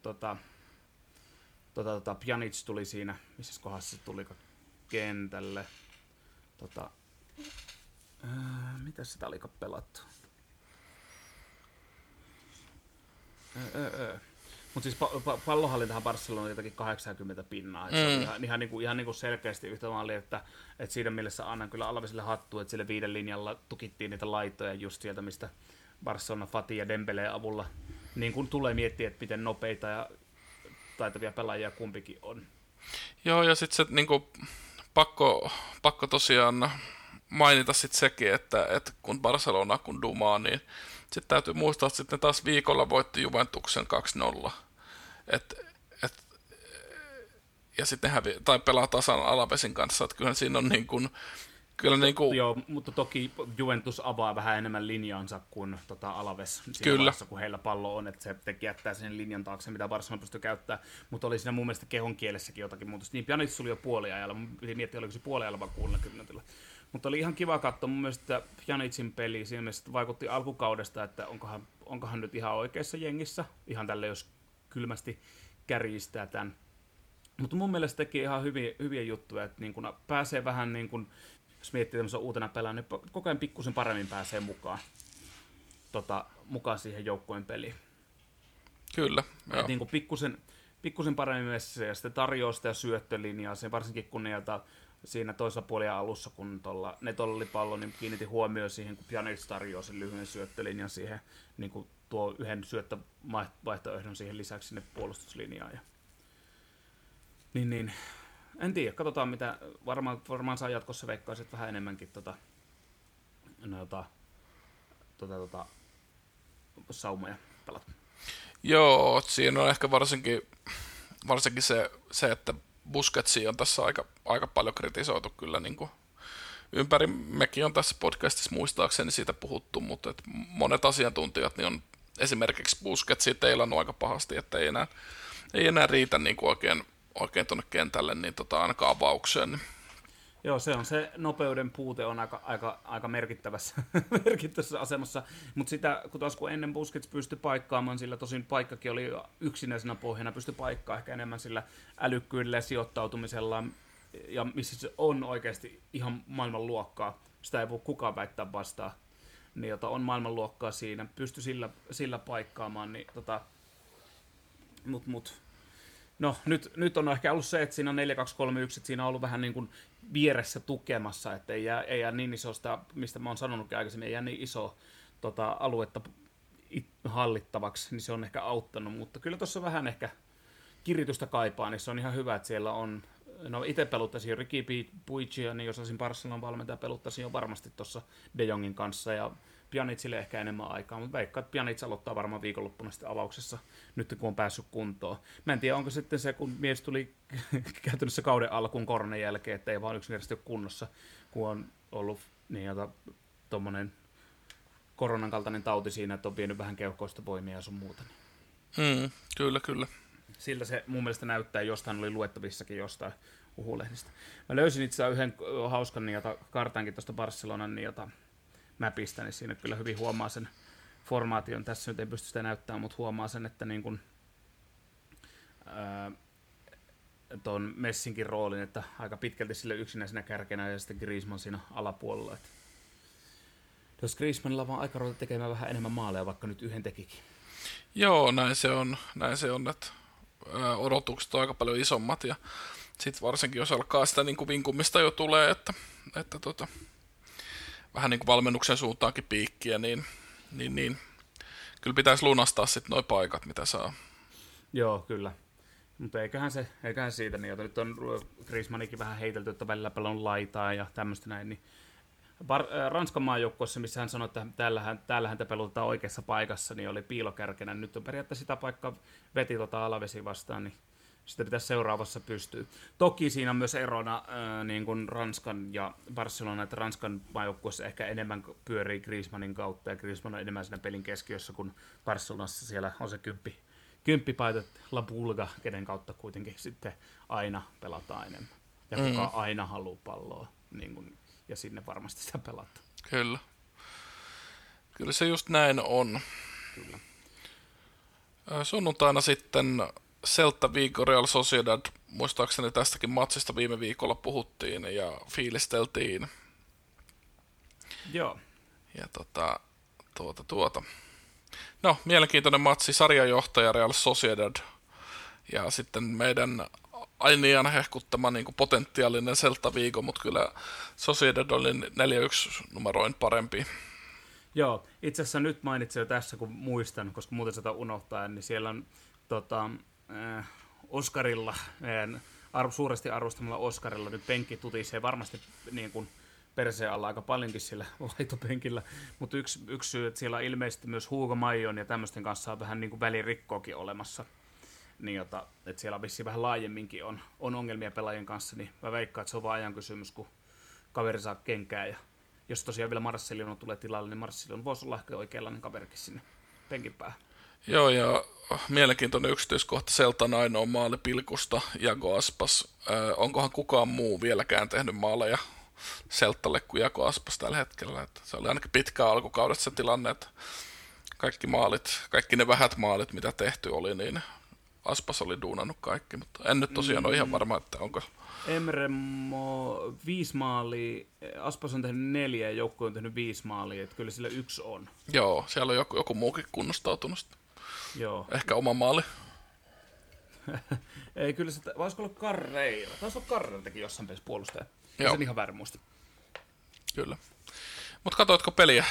Pjanic tuli siinä, missä kohdassa se tuli kentälle. Mitä sitä olikaan pelattu? Mutta siis pallohallintahan Barcelona jotakin 80 pinnaa. Se on ihan niin kuin selkeästi yhtä maali, että siinä mielessä annan kyllä Alvesille hattua, että sille 5 linjalla tukittiin niitä laitoja just sieltä, mistä Barcelona Fati ja Dembele avulla niin kun tulee miettiä, että miten nopeita ja taitavia pelaajia kumpikin on. Joo, ja sitten se niinku, pakko tosiaan mainita sitten sekin, että kun Barcelona kun dumaa, niin sitten täytyy muistaa, että sitten taas viikolla voitti Juventuksen 2-0. Ja sitten pelaa tasan Alavesin kanssa, että kyllä siinä on niin kuin, Joo, mutta toki Juventus avaa vähän enemmän linjansa kuin Alaves siinä kyllä. Vaiheessa, kun heillä pallo on, että se jättää sen linjan taakse, mitä Barcelona pystyy käyttämään, mutta oli siinä mun mielestä kehon kielessäkin jotakin muutosta. Niin Pjanic tuli jo puoliajalla, mun piti miettiä, oliko se puoliajalla vai 60. Mutta oli ihan kiva katsoa mun mielestä Pjanicin peli, siinä mielessä vaikutti alkukaudesta, että onkohan nyt ihan oikeassa jengissä, ihan tälle jos kylmästi kärjistää tämän. Mutta mun mielestä teki ihan hyviä juttuja, että niin kun pääsee vähän niin kuin, jos miettii tämmöisen uutena pelaajan, niin koko ajan pikkusen paremmin pääsee mukaan siihen joukkueen peliin. Kyllä, joo. Niin kuin pikkusen paremmin messissä ja sitten tarjoaa sitä syöttölinjaa, sen varsinkin kun siinä toisella puolella alussa, kun Netolla oli pallo, niin kiinnitin huomioon siihen, kun Pjanic tarjoaa sen lyhyen syöttölinjan siihen, niin kuin tuo yhden syöttövaihtoehdon siihen lisäksi sinne puolustuslinjaan. Niin. En tiedä, katsotaan mitä, varmaan saa jatkossa veikkaiset vähän enemmänkin saumoja pelata. Joo, siinä on ehkä varsinkin se, että Busquetsia on tässä aika paljon kritisoitu kyllä niin kuin ympäri. Mekin on tässä podcastissa muistaakseni siitä puhuttu, mutta monet asiantuntijat niin on esimerkiksi Busquetsia teilannut aika pahasti, että ei enää riitä niin kuin oikein tuonne kentälle niin ainakaan avaukseen. Niin. Joo, se nopeuden puute on aika merkittävässä asemassa, mutta sitä, kun ennen Busquets pystyi paikkaamaan, sillä tosin paikkakin oli yksinäisenä pohjana, pystyi paikkaamaan ehkä enemmän sillä älykkyydellä ja sijoittautumisella ja missä se on oikeasti ihan maailmanluokkaa, sitä ei voi kukaan väittää vastaan, niin on maailmanluokkaa siinä, pysty sillä paikkaamaan, niin no, nyt on ehkä ollut se, että siinä on 4-2-3-1, että siinä on ollut vähän niin kuin vieressä tukemassa, että ei jää niin isosta, mistä mä oon sanonutkin aikaisemmin, ei jää niin iso aluetta hallittavaksi, niin se on ehkä auttanut, mutta kyllä tuossa vähän ehkä kiritystä kaipaa, niin se on ihan hyvä, että siellä on, no itse peluttaisin jo Riqui Puigia, niin jos olisin Barcelonan valmentaja, peluttaisin jo varmasti tuossa De Jongin kanssa, ja Pjanicille ehkä enemmän aikaa, mutta veikkaan, että Pjanic aloittaa varmaan viikonloppuna sitten avauksessa, nyt kun on päässyt kuntoon. Mä en tiedä, onko sitten se, kun mies tuli käytännössä kauden alkuun koronan jälkeen, että ei vaan yksinkertaisesti ole kunnossa, kun on ollut niin tuommoinen koronan kaltainen tauti siinä, että on vienyt vähän keuhkoista voimia ja sun muuta. Niin. Kyllä. Sillä se mun mielestä näyttää, jostain oli luettavissakin jostain uhulehdistä. Mä löysin itse asiassa yhden hauskan kartankin tuosta Barcelonan mapista, niin siinä kyllä hyvin huomaa sen formaation. Tässä nyt ei pysty sitä näyttämään, mutta huomaa sen, että niin kuin, tuon Messinkin roolin, että aika pitkälti sille yksinäisenä kärkenä ja sitten Griezmann siinä alapuolella. Että jos Griezmannilla vaan aika ruveta tekemään vähän enemmän maaleja, vaikka nyt yhden tekikin. Joo, näin se on, että odotukset on aika paljon isommat ja sitten varsinkin jos alkaa sitä niin kuin vinkumista jo tulee, että vähän niin kuin valmennuksen suuntaankin piikkiä, niin kyllä pitäisi lunastaa sitten nuo paikat, mitä saa. Joo, kyllä. Mutta eiköhän siitä, niin nyt on Griezmannikin vähän heitelty, että välillä pelon laitaa ja tämmöistä näin, niin Ranskan maajoukkueessa, missä hän sanoi, että täällähän te pelutetaan oikeassa paikassa, niin oli piilokärkenä. Nyt on periaatteessa sitä paikkaa veti Alavesi vastaan, niin sitä pitäisi seuraavassa pystyä. Toki siinä on myös erona niin kuin Ranskan ja Barcelona, että Ranskan maajoukkueessa ehkä enemmän pyörii Griezmannin kautta, ja Griezmann on enemmän siinä pelin keskiössä, kun Barcelonassa siellä on se kymppipaita La Pulga, kenen kautta kuitenkin sitten aina pelataan enemmän. Ja kuka aina haluaa palloa, niin kuin, ja sinne varmasti sitä pelataan. Kyllä se just näin on. Kyllä. Sunnuntaina sitten Celta Vigo Real Sociedad, muistaakseni tästäkin matsista viime viikolla puhuttiin ja fiilisteltiin. Joo. Ja No, mielenkiintoinen matsi, sarjajohtaja Real Sociedad ja sitten meidän ainiaan hehkuttama niin kuin potentiaalinen Celta Vigo, mutta kyllä Sociedad oli 4-1 numeroin parempi. Joo, itse asiassa nyt mainitsin jo tässä, kun muistan, koska muuten sitä unohtaa, niin siellä on Oscarilla, meidän suuresti arvostamalla Oscarilla, nyt penkki tutisee varmasti niin kuin perseen alla aika paljonkin sillä laitopenkillä, mutta yksi syy, että siellä on ilmeisesti myös Hugo Majon ja tämmöisten kanssa on vähän niin kuin välirikkoakin olemassa, niin että siellä vissiin vähän laajemminkin on ongelmia pelaajien kanssa, niin mä veikkaan, että se on vaan ajan kysymys, kun kaveri saa kenkää, ja jos tosiaan vielä Marcelino tulee tilalle, niin Marcelino voisi olla ehkä oikeanlainen kaverikin sinne penkin päähän. Joo, ja mielenkiintoinen yksityiskohta, Celtan ainoa maali pilkusta, Iago Aspas. Onkohan kukaan muu vieläkään tehnyt maaleja Celtalle kuin Iago Aspas tällä hetkellä? Että se oli ainakin pitkään alkukaudessa se tilanne, että kaikki ne vähät maalit, mitä tehty oli, niin Aspas oli duunannut kaikki, mutta en nyt tosiaan ole ihan varma, että onko. Emremo 5 maalia, Aspas on tehnyt 4 ja joukkue on tehnyt 5 maalia, että kyllä sillä 1 on. Joo, siellä on joku muukin kunnostautunut. Joo. Ehkä oma maali. Ei, kyllä se, voisiko olla Carreira? Taisi olla Carreira teki jossain pelissä puolustaja. Joo. Sen ihan väärin muista. Kyllä. Mutta katoitko peliä?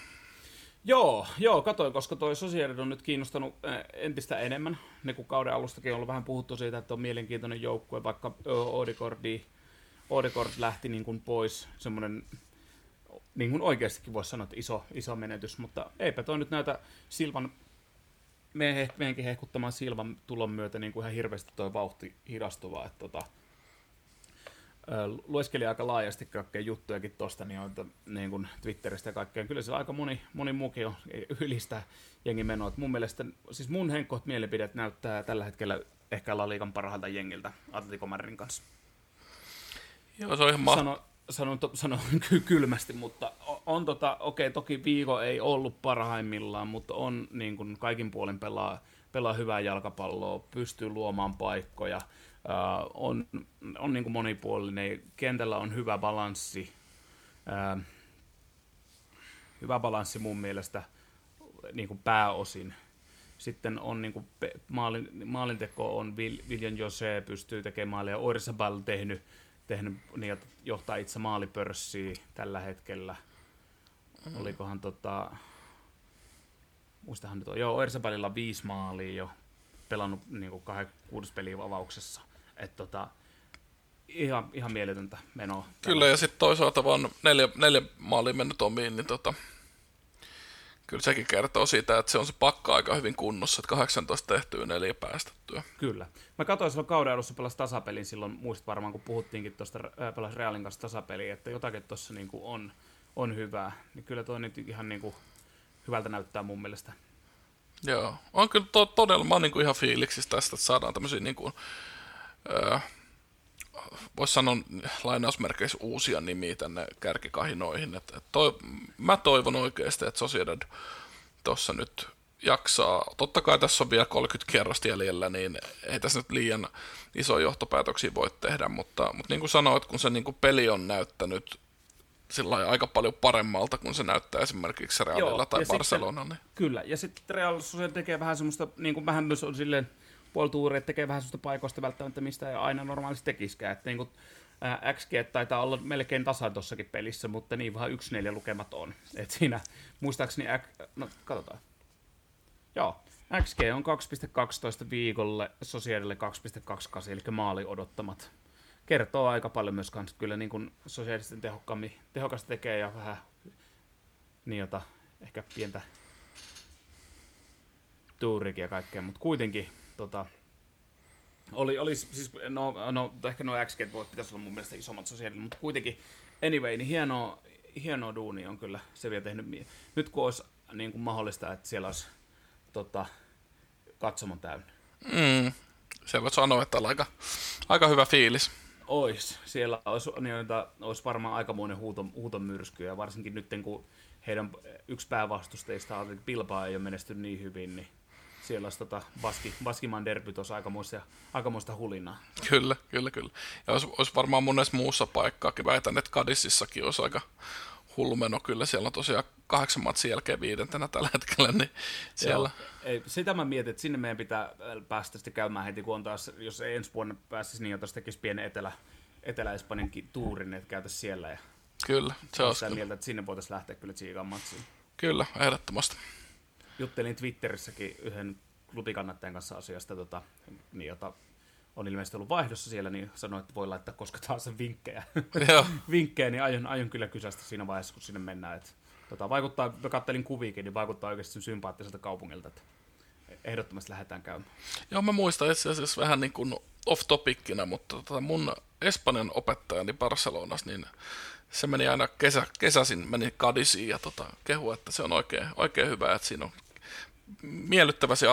Joo, katoin, koska toi Sociedad on nyt kiinnostanut entistä enemmän. Ne kun kauden alustakin on ollut vähän puhuttu siitä, että on mielenkiintoinen joukkue, vaikka Odegaard lähti niin kuin pois, semmoinen, niin kuin oikeastikin voisi sanoa, että iso menetys, mutta eipä toi nyt näytä Silvan, meidänkin hehkuttamaan Silvan tulon myötä niin kuin ihan hirveästi toi vauhti hidastuvaa, että lueskelin aika laajasti kaikkea juttujakin tuosta niin kuin Twitteristä ja kaikkea. Kyllä se aika moni muukin on ylistä jengin menoa. Mun mielestä, siis mun henkkoht mielipidet näyttää tällä hetkellä ehkä La Ligan parhaalta jengiltä Atletico Madridin kanssa. Joo, se on ihan Sanon kylmästi, mutta on okei, toki Vigo ei ollut parhaimmillaan, mutta on niin kuin kaikin puolin pelaa hyvää jalkapalloa, pystyy luomaan paikkoja, on niin kuin monipuolinen, kentällä on hyvä balanssi mun mielestä niin kuin pääosin. Sitten on niin kuin maalinteko on William Jose pystyy tekemään maalia, Oirzabal tehnyt niin, että johtaa itse maalipörssiä tällä hetkellä. Olikohan muistahan nyt on, Oirzabalilla on 5 maalia jo pelannut niin kuin 6 peliä avauksessa. Että ihan mieletöntä menoa. Kyllä, ja sitten toisaalta vaan 4 maalia mennyt omiin, niin kyllä sekin kertoo siitä, että se on se pakka aika hyvin kunnossa, että 18 tehtyä 4 päästettyä. Kyllä. Mä katsoin silloin kauden alussa pelasi tasapelin silloin, muistat varmaan kun puhuttiinkin tuosta pelasi Realin kanssa tasapeliä, että jotakin tuossa niinku on hyvää. Niin kyllä toi nyt ihan niinku hyvältä näyttää mun mielestä. Joo, on kyllä todella, mä oon niinku ihan fiiliksissä tästä, että saadaan tämmöisiä niinku, voisi sanoa lainausmerkeissä uusia nimiä tänne kärkikahinoihin. Mä toivon oikeasti, että Sociedad tuossa nyt jaksaa. Totta kai tässä on vielä 30 kierrosta jäljellä, niin ei tässä nyt liian isoja johtopäätöksiä voi tehdä, mutta niin kuin sanoit, kun se niin kuin peli on näyttänyt sillä aika paljon paremmalta, kun se näyttää esimerkiksi Realilla tai Barcelonalla. Niin. Kyllä, ja sitten Real Sociedad tekee vähän semmoista, niin kuin vähän myös on silleen puolituuri, että tekee vähän semmoista paikoista välttämättä, mistä ei aina normaalisti tekisikään. Että niin kuin, XG taitaa olla melkein tasan tuossakin pelissä, mutta niin vähän 1-4 lukemat on. Et siinä muistaakseni, no katsotaan. Joo, XG on 2,12 viikolle, Sociedadille 2,28, eli maali odottamat. Kertoo aika paljon myös kans, kyllä niin kuin Sociedadisten tehokasta tekee ja vähän niin ehkä pientä tuurikin ja kaikkea, mutta kuitenkin oli siis, no ehkä nuo XG pitäisi olla mun mielestä isommat Sociedadille, mutta kuitenkin anyway, niin hienoa duunia on kyllä se vielä tehnyt. Nyt kun olisi niin kuin mahdollista, että siellä olisi katsomon täynnä. Se voi sanoa, että on aika hyvä fiilis. Siellä olisi varmaan aikamoinen huutomyrsky, ja varsinkin nyt kun heidän yksi päävastusteista, Bilbao, ei ole menestynyt niin hyvin, niin siellä olisi Baskimaan derbyt olisi aikamoista hulinaa. Kyllä. Ja olisi varmaan monessa muussa paikkaakin. Väitän, että Cadizissakin olisi aika hulmeno. Kyllä siellä on tosiaan 8 matsin jälkeen 5. tällä hetkellä. Niin siellä. Sitä mä mietin, että sinne meidän pitää päästä sitten käymään heti, kun on taas, jos ei ensi vuonna pääsisi niin, jos tekisi pienen Etelä-Espanjan tuurin, että käytäisiin siellä. Ja kyllä, se on sitä mieltä, että sinne voitaisiin lähteä kyllä tsiikaan matsiin. Kyllä, ehdottomasti. Juttelin Twitterissäkin yhden klubikannattajan kanssa asiasta, jota on ilmeisesti ollut vaihdossa siellä, niin sanoin, että voi laittaa koska taas vinkkejä. Vinkkejä, niin aion kyllä kysästä siinä vaiheessa, kun sinne mennään. Että, vaikuttaa, mä kattelin kuviikin, niin vaikuttaa oikeasti sympaattiselta kaupungilta, että ehdottomasti lähdetään käymään. Joo, mä muistan itse asiassa vähän niin kuin off-topicina, mutta mun Espanjan opettajani Barcelonassa, niin se meni aina kesäisin meni Cadiziin ja kehu, että se on oikein hyvä, että siinä on miellyttävä se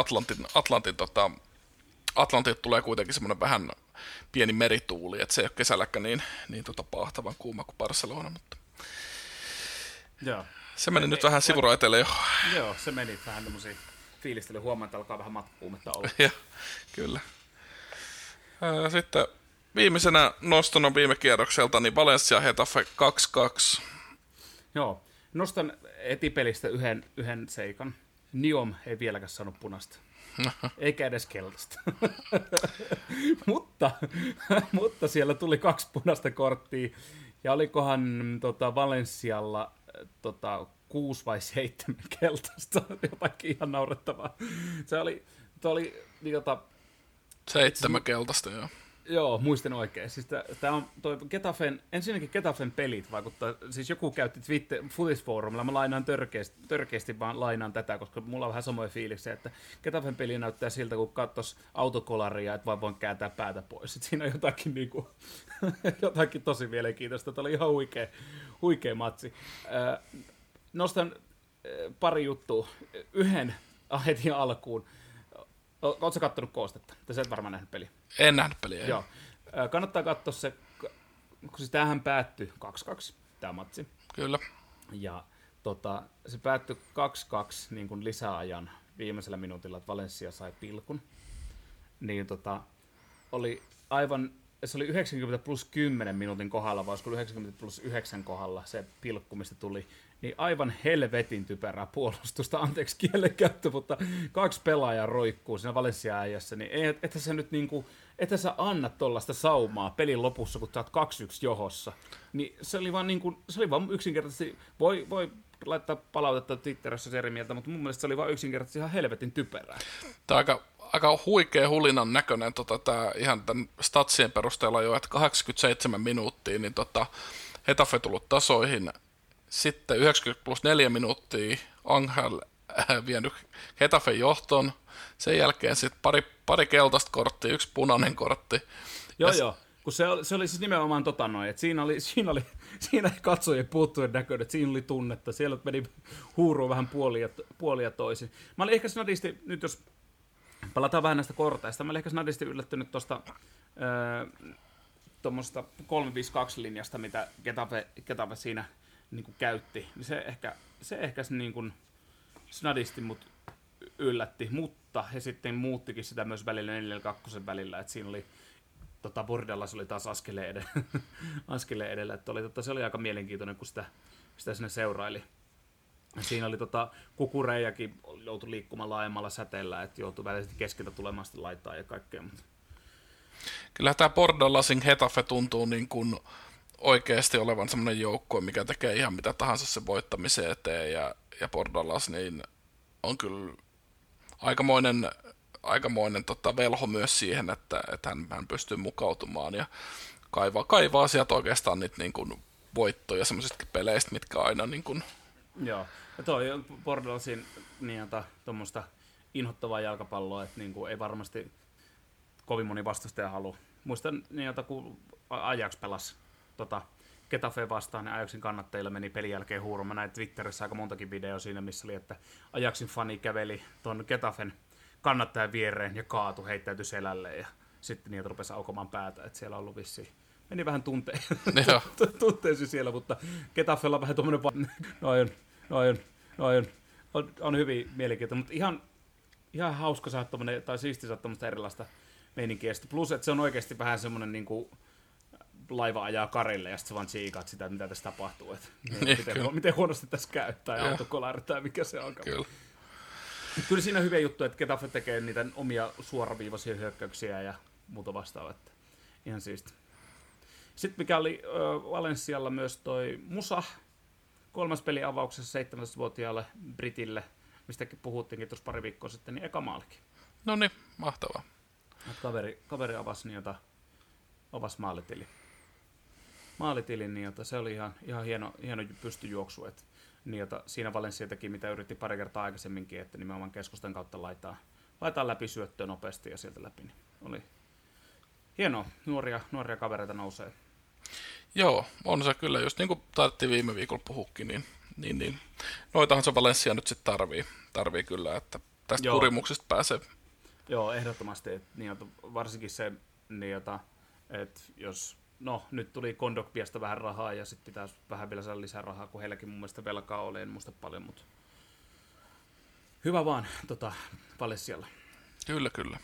Atlantin tulee kuitenkin semmoinen vähän pieni merituuli, että se ei ole kesälläkään niin pahtavan kuuma kuin Barcelona, mutta joo. Se meni nyt vähän sivuraiteille jo. Joo, se meni vähän tämmöisiä fiilistelyä. Huomaan, että alkaa vähän matkakuumetta olla. Ja, kyllä. Sitten viimeisenä nostona viime kierrokselta, niin Valencia Getafe 2-2. Joo, nostan etipelistä yhden seikan. Niom ei vieläkään saanut punaista. Eikä edes keltaista. mutta siellä tuli 2 punaista korttia. Ja olikohan Valencialla 6 vai 7 keltaista. Jotakin ihan naurettavaa. Se oli 7 keltaista, joo. Joo, muistin oikein. Siis tää on ensinnäkin Getafen pelit vaikuttaa, siis joku käytti Footisforumilla, mä lainaan törkeästi vaan lainaan tätä, koska mulla on vähän samoja fiiliksiä, että Getafen peli näyttää siltä, kun kattos autokolaria, että vaan voin kääntää päätä pois. Et siinä on jotakin tosi mielenkiintoista, tämä oli ihan huikea matsi. Nostan pari juttua. Yhden heti alkuun. Oletko kattonut koostetta? Sä et varmaan nähnyt peliä. En nähnyt peliä. Joo. Kannattaa katsoa se, kun siis tämähän päättyi 2-2, tämä matsi. Kyllä. Ja se päättyi 2-2 niin kuin lisäajan viimeisellä minuutilla, että Valencia sai pilkun. Niin oli aivan, se oli 90 plus 10 minuutin kohdalla, vai olisiko 90 plus 9 kohdalla se pilkku, mistä tuli, niin aivan helvetin typerää puolustusta, anteeksi kielenkäyttö, mutta 2 pelaajaa roikkuu siinä Valencia-äijässä, niin ethän sä nyt niinku, ethän sä anna tollaista saumaa pelin lopussa, kun sä oot 2-1 johossa. Niin se oli vaan niinku, se oli vaan yksinkertaisesti, voi laittaa palautetta Twitterissä eri mieltä, mutta mun mielestä se oli vaan yksinkertaisesti ihan helvetin typerää. Tämä on aika huikea hulinan näköinen tämä ihan tämän statsien perusteella jo, että 87 minuuttia, niin Hetafe tullut tasoihin, sitten 90 plus 4 minuuttia Angel vienyt Hetafen johtoon, sen jälkeen sitten pari keltaista korttia, 1 punainen kortti. Joo, kun se oli siis nimenomaan että siinä ei katsojien puuttujen näköinen, että siinä oli tunnetta, siellä meni huuruun vähän puolia toisin. Mä olin ehkä snadisti, nyt jos palataan vähän näistä korteista, mä olin ehkä snadisti yllättynyt tuosta tuommoista 3-5-2-linjasta, mitä Getafe siinä niin kuin käytti, niin se ehkä niin kuin snadisti mut yllätti, mutta he sitten muuttikin sitä myös välillä 4-2 välillä, että siinä oli Bordella se oli taas askeleen edellä, että se oli aika mielenkiintoinen, kun sitä sinne seuraili. Siinä oli Kukureijakin joutui liikkumaan laajemmalla säteellä, että joutui välillä keskeltä tulemaan sitten laitaan ja kaikkea. Mutta. Kyllä tämä Bordellasin Hetafe tuntuu niin kuin oikeasti olevan semmoinen joukko, mikä tekee ihan mitä tahansa sen voittamisen eteen, ja Bordellas niin on kyllä aikamoinen velho myös siihen, että hän pystyy mukautumaan ja kaivaa sieltä oikeastaan niitä niin kuin voittoja semmoisista peleistä, mitkä aina niin kuin. Joo, ja toi Bordellasin niin, tuommoista inhottavaa jalkapalloa, että niin kuin ei varmasti kovin moni vastustaja halua. Muistan, niin, kun Ajax pelasi Getafe vastaan, niin Ajaxin kannattajilla meni pelin jälkeen huuruun. Mä näin Twitterissä aika montakin videoa siinä, missä oli, että Ajaxin fani käveli tuon Getafen kannattajan viereen ja kaatui, heittäytyi selälle ja sitten niitä rupesi aukomaan päätä, että siellä on ollut vissiin. Meni vähän tunteisiin siellä, mutta Getafella on vähän tuommoinen on hyvin mielenkiintoinen, mutta ihan hauska saada tommoinen, tai siisti saada tuommoista erilaista meininkiä. Plus, että se on oikeasti vähän semmoinen niin kuin laiva ajaa karille ja sitten sä vaan tsiikaat sitä, mitä tässä tapahtuu. Että miten huonosti tässä käy, tai autokolari, tai mikä se on. Kyllä siinä on hyviä juttuja, että Getafe tekee niitä omia suoraviivaisia hyökkäyksiä ja muuta vastaavaa. Ihan siisti. Sitten mikä oli Valencialla myös toi Musa, 3. peli avauksessa 17-vuotiaalle Britille, mistäkin puhuttiinkin tuossa pari viikkoa sitten, niin eka maalikin. No niin, mahtavaa. Kaveri avasi avasi maalitilin, niin se oli ihan hieno pystyjuoksu, että niin, siinä Valencia teki, mitä yritti pari kertaa aikaisemminkin, että nimenomaan keskustan kautta laitaa läpi syöttöä nopeasti ja sieltä läpi. Niin oli hienoa, nuoria kavereita nousee. Joo, on se kyllä, just niin kuin taidettiin viime viikolla puhukin, niin noitahan se Valencia nyt sitten tarvii kyllä, että tästä kurimuksesta pääsee. Joo, ehdottomasti, niin, varsinkin se, niin, että jos, nyt tuli Kondokbiasta vähän rahaa ja sitten pitäisi vähän vielä saada lisää rahaa, kun heilläkin mun mielestä velkaa oli, en muista paljon, mutta hyvä vaan Valencialla. Kyllä.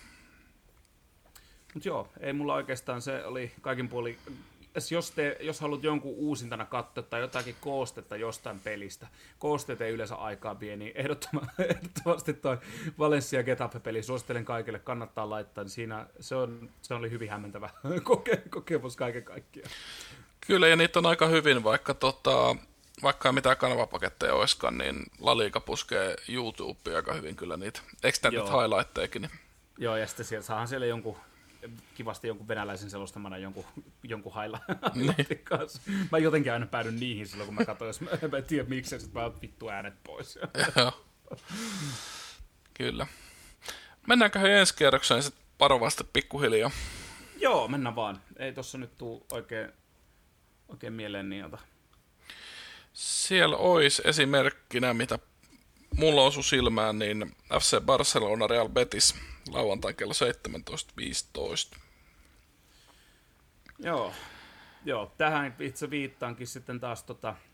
Mutta joo, ei mulla oikeastaan, se oli kaikin puolin, jos haluat jonkun uusintana katsoa tai jotakin koostetta jostain pelistä, koosteet ei yleensä aikaa vie, niin ehdottomasti toi Valencia Getafe-peli, suosittelen kaikille, kannattaa laittaa, niin siinä se oli hyvin hämmentävä kokemus kaiken kaikkiaan. Kyllä, ja niitä on aika hyvin, vaikka ei mitään kanavapaketteja olisikaan, niin La Liga puskee YouTubeen aika hyvin kyllä niitä extended highlighttejakin. Niin. Joo, ja sitten saahan siellä kivasti jonkun venäläisen selostamana jonkun highlightin kanssa. Mä jotenkin aina päädyn niihin silloin, kun mä katson, jos mä en tiedä miksi, että mä oon vittu äänet pois. Kyllä. Mennäänkö ensi kierrokseen sitten varovasti pikkuhiljaa? Joo, mennään vaan. Ei tossa nyt tuu oikein mieleen niiltä. Siellä olisi esimerkkinä, mitä mulla osui silmään, niin FC Barcelona Real Betis lauantain kello 17.15. Joo, tähän itse viittaankin sitten taas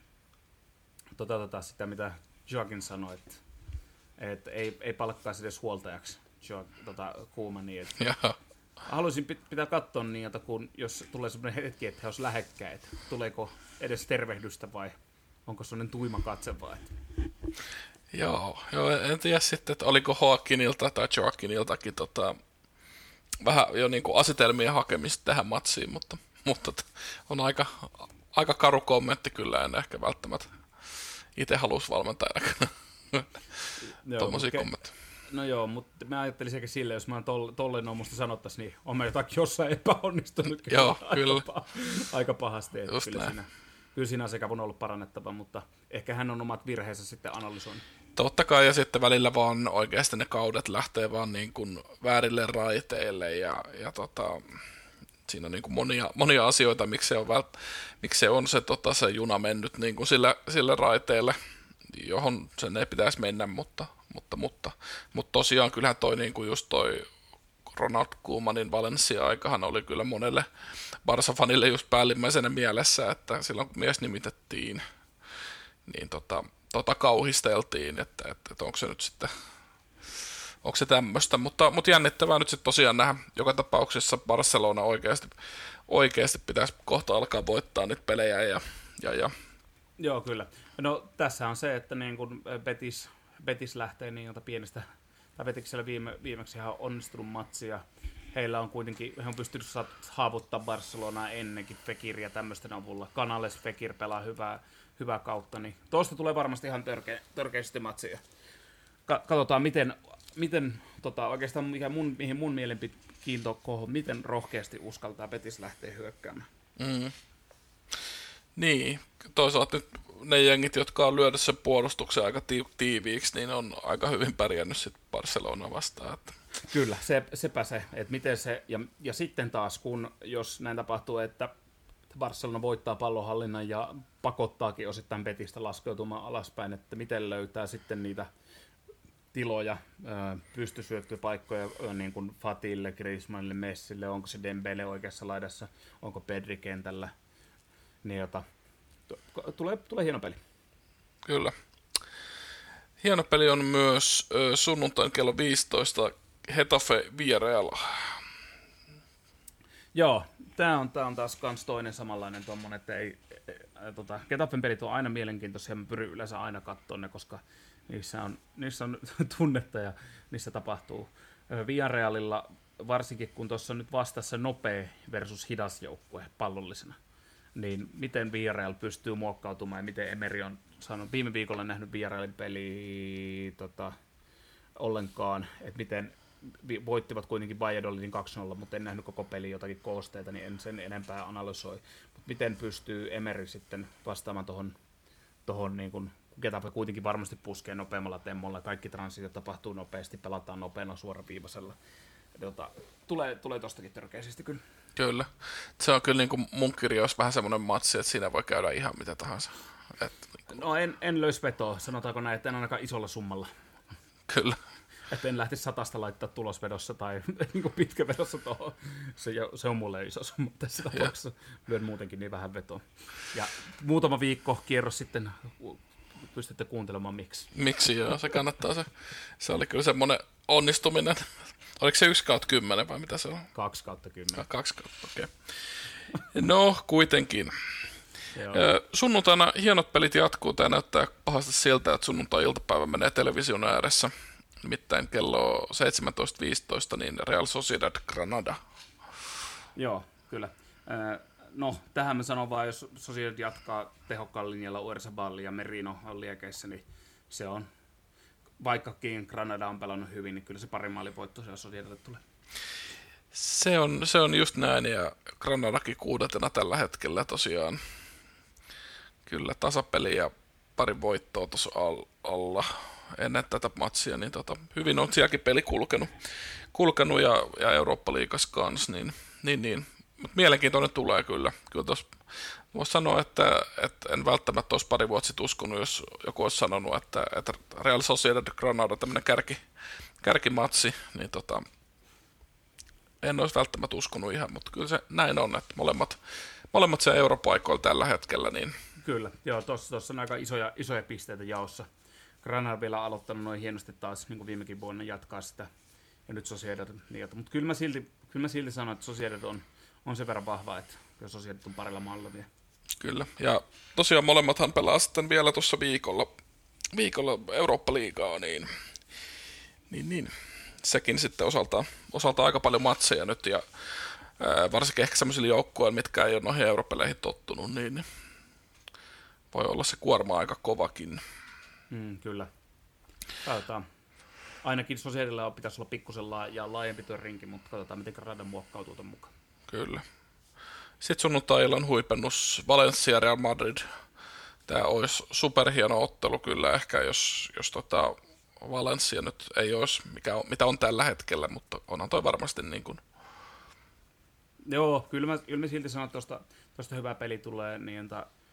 sitä, mitä Joaquin sanoi, että ei palkkaisi edes huoltajaksi Koemania. haluaisin pitää katsoa niitä, kun jos tulee sellainen hetki, että he olisivat lähekkäin, että tuleeko edes tervehdystä vai onko sellainen tuima katse vai? Joo, en tiedä sitten, että oliko Joaquinilta tai Joaquiniltakin vähän jo niin kuin asetelmien hakemista tähän matsiin, mutta on aika karu kommentti kyllä, en ehkä välttämättä itse halusi valmentajana tuommoisia kommentteja. No joo, mutta mä ajattelin sekä silleen, jos mä tolleen musta sanottaisiin, niin on mä jotakin jossain epäonnistunut joo, kyllä. Aika pahasti. Kyllä siinä on sekä ollut parannettava, mutta ehkä hän on omat virheensä sitten analysoinut. Totta kai, ja sitten välillä vaan oikeasti ne kaudet lähtee vaan niin kuin väärille raiteille, ja siinä on niin kuin monia asioita, miksi se on se juna mennyt niin kuin sille raiteelle, johon sen ei pitäisi mennä, mutta tosiaan kyllähän niin kuin just toi Ronald Koemanin Valencia-aikahan oli kyllä monelle Barca-fanille just päällimmäisenä mielessä, että silloin kun mies nimitettiin, niin kauhisteltiin, että onko se nyt sitten, onko se tämmöistä, mutta jännittävää nyt sitten tosiaan nähdä. Joka tapauksessa Barcelona oikeasti pitäisi kohta alkaa voittaa niitä pelejä ja. Joo, kyllä. No tässä on se, että niin kun Betis lähtee niin pienestä, tai Betiksellä viimeksi ihan onnistunut matsia. Heillä on kuitenkin, he on pystynyt haavuttaa Barcelonaa ennenkin Fekir ja tämmöisten avulla. Canales Fekir pelaa hyvää kautta, niin tuosta tulee varmasti ihan törkeästi matsia. Katsotaan, miten oikeastaan mihin mun mielenkiinto kohon, miten rohkeasti uskaltaa Betis lähteä hyökkäämään. Mm. Niin, toisaalta nyt ne jengit, jotka on lyödä sen puolustuksen aika tiiviiksi, niin on aika hyvin pärjännyt sitten Barcelona vastaan. Että. Kyllä, sepä se, että miten se, ja sitten taas, jos näin tapahtuu, että Barcelona voittaa pallonhallinnan ja pakottaakin osittain Betistä laskeutumaan alaspäin, että miten löytää sitten niitä tiloja, pystysyöttöpaikkoja niin kuin Fatille, Griezmannille, Messille, onko se Dembele oikeassa laidassa, onko Pedri kentällä, niin tulee hieno peli. Kyllä. Hieno peli on myös sunnuntain kello 15 Getafe Villarreal. Joo, tämä on taas kans toinen samanlainen tommonen, että Getafen pelit on aina mielenkiintoisia, mä pyrin yleensä aina katsoa ne, koska niissä on tunnetta ja niissä tapahtuu. Villarrealilla, varsinkin kun tuossa on nyt vastassa nopea versus hidas joukkue pallollisena, niin miten Villarreal pystyy muokkautumaan ja miten Emery on saanut viime viikolla nähnyt Villarrealin peliä ollenkaan, että miten voittivat kuitenkin Valladolidin 2-0, mutta en nähnyt koko peliä jotakin koosteita, niin en sen enempää analysoi. Mutta miten pystyy Emery sitten vastaamaan tuohon niin kuin Getafe kuitenkin varmasti puskee nopeammalla temmolla, kaikki transitiot tapahtuu nopeasti, pelataan nopealla suoraviivaisella. Tulee tostakin törkeästi kyllä. Kyllä. Se on kyllä niin kuin mun kirjaus vähän semmoinen matsi, että siinä voi käydä ihan mitä tahansa. No en löys vetoa, sanotaanko näin, että en ainakaan isolla summalla. Kyllä. Että en lähtisi 100 laittaa tulosvedossa tai niin pitkävedossa tuohon. Se on mulle iso summa tässä tapauksessa. Lyön muutenkin niin vähän vetoa. Ja muutama viikko kierros sitten pystytte kuuntelemaan miksi. Miksi joo, se kannattaa se. Se oli kyllä semmoinen onnistuminen. Oliko se 1/10 vai mitä se on? 2/10. 2/, okei. No, kuitenkin. Sunnuntaina hienot pelit jatkuu. Tämä näyttää pahasti siltä, että sunnuntai-iltapäivä menee television ääressä. Nimittäin kello 17.15, niin Real Sociedad Granada. Joo, kyllä. No, tähän mä sanon vaan, jos Sociedad jatkaa tehokkaalla linjalla Oyarzabal ja Merino on liekeissä, niin se on, vaikkakin Granada on pelannut hyvin, niin kyllä se pari maalivoitto siellä Sociedalle tulee. Se on just näin, ja Granadakin 6. tällä hetkellä tosiaan. Kyllä tasapeli ja pari voittoa tuossa alla ennen tätä matsia, niin hyvin on sielläkin peli kulkenut ja Eurooppa-liigas kanssa, niin. Mutta mielenkiintoinen tulee kyllä. Kyllä tuossa voisi sanoa, että en välttämättä olisi pari vuotta sitten uskonut, jos joku olisi sanonut, että Real Sociedad Granada on tämmöinen kärkimatsi, niin en olisi välttämättä uskonut ihan, mutta kyllä se näin on, että molemmat se europaikoilla tällä hetkellä. Niin. Kyllä, joo, tuossa on aika isoja pisteitä jaossa. Granada vielä aloittanut noin hienosti taas, niin kuin viimekin vuonna jatkaa sitä, ja nyt Sociedad niitä. Mutta kyllä mä silti kyllä mä silti sanon, että Sociedad on sen verran vahva, että jos Sociedad on parilla maalla vielä. Kyllä, ja tosiaan molemmathan pelaa sitten vielä tuossa viikolla Eurooppa-liigaa, niin sekin sitten osalta aika paljon matseja nyt, ja varsinkin ehkä sellaisilla joukkueilla, mitkä ei ole noihin europeleihin tottunut, niin voi olla se kuorma aika kovakin. Kyllä. Katsotaan. Ainakin Sociedadilla pitäisi olla pikkusen laajempi tuo rinki, mutta katsotaan, miten radan muokkautuu tuon mukaan. Kyllä. Sitten sunnuntailla on huipennus Valencia Real Madrid. Tämä olisi superhieno ottelu kyllä ehkä, jos Valencia nyt ei olisi, mitä on tällä hetkellä, mutta onhan toi varmasti niin kuin. Joo, kyllä mä silti sanon, että tuosta hyvä peli tulee, niin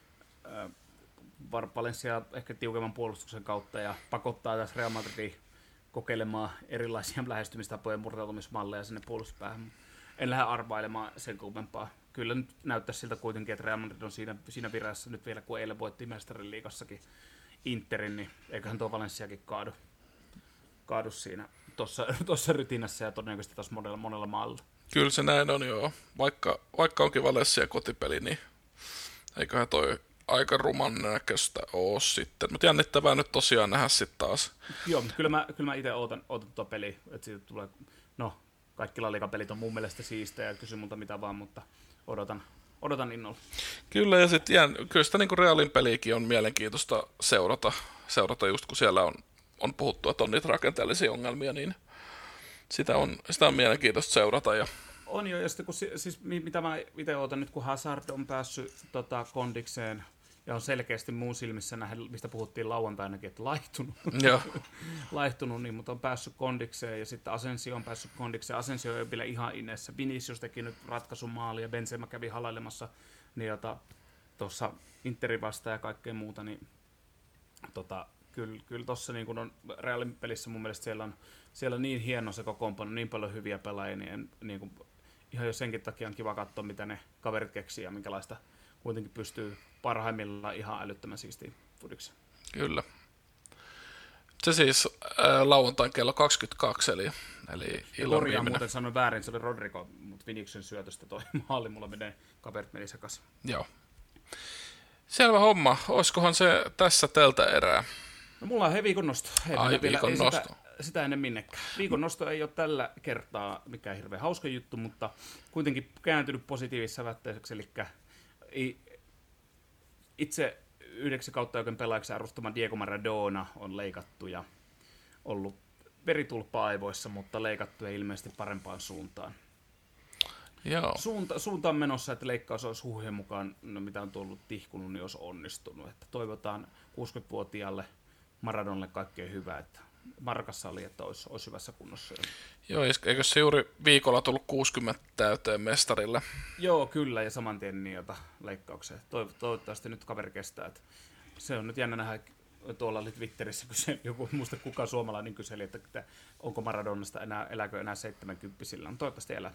Valencia ehkä tiukemman puolustuksen kautta ja pakottaa tässä Real Madridin kokeilemaan erilaisia lähestymistapoja ja murtautumismalleja sinne puolustuspäähän. En lähde arvailemaan sen kummempaa. Kyllä nyt näyttäisi siltä kuitenkin, että Real Madrid on siinä virässä nyt vielä, kun eilen voitti Mestarin liigassakin Interin, niin eiköhän tuo Valenciakin kaadu siinä tuossa rytinässä ja todennäköisesti tuossa monella maalla. Kyllä se näin on, joo. Vaikka onkin Valencia kotipeli, niin eiköhän toi aika ruman näköistä ole sitten. Mutta jännittävää nyt tosiaan nähdä sitten taas. Joo, mutta kyllä mä itse ootan tuota peliä, että siitä tulee, kaikki La Liga-pelit on mun mielestä siistejä ja kysy multa mitä vaan, mutta odotan innolla. Kyllä, ja sitten kyllä sitä niin kuin Realin peliäkin on mielenkiintoista seurata just kun siellä on puhuttu, että on niitä rakenteellisia ongelmia, niin sitä on mielenkiintoista seurata. Ja on jo, ja sitten siis mitä mä itse ootan nyt, kun Hazard on päässyt kondikseen, ja on selkeästi mun silmissä nähdä, mistä puhuttiin lauantainakin, että laihtunut, niin, mutta on päässyt kondikseen, ja sitten Asensio on päässyt kondikseen. Asensio ei ole vielä ihan inessä. Vinicius teki nyt ratkaisumaali, ja Benzema kävi halailemassa niin, tuossa Interin vastaan ja kaikkea muuta, niin kyllä tuossa niin kun on Realin pelissä mun mielestä siellä on niin hieno se kokoonpano, niin paljon hyviä pelaajia, niin ihan jo senkin takia on kiva katsoa, mitä ne kaverit keksii ja minkälaista kuitenkin pystyy parhaimmillaan ihan älyttömän siistiin fudiksi. Kyllä. Se siis lauantain kello 22, eli illan viimeinen. Muuten sanoin väärin, se oli Rodrigo, mutta Viniciusin syötöstä toi maali, mulla kaverit meni sekaisin. Joo. Selvä homma. Olisikohan se tässä tältä erää? No mulla on viikon nosto. Viikon nosto. Sitä ennen minnekään. Viikon nosto ei ole tällä kertaa mikään hirveän hauska juttu, mutta kuitenkin kääntynyt positiivisessa sävätteiseksi, eli itse 9 kautta oikein pelaajaksi arvostama Diego Maradona on leikattu ja ollut veritulppa aivoissa, mutta leikattu ja ilmeisesti parempaan suuntaan. Joo. Suunta on menossa, että leikkaus olisi huuhien mukaan, mitä on tullut tihkunut, niin olisi onnistunut. Että toivotaan 60-vuotiaalle Maradonalle kaikkea hyvää, että Markassa oli, että olisi hyvässä kunnossa. Joo, eikö se juuri viikolla tullut 60 täyteen mestarille? Joo, kyllä, ja saman tien niin leikkaukseen. Toivottavasti nyt kaveri kestää. Että se on nyt jännä nähdä, tuolla oli Twitterissä joku, muista kuka suomalainen kyseli, että onko Maradonasta elääkö enää 70-sillä. No, toivottavasti elää.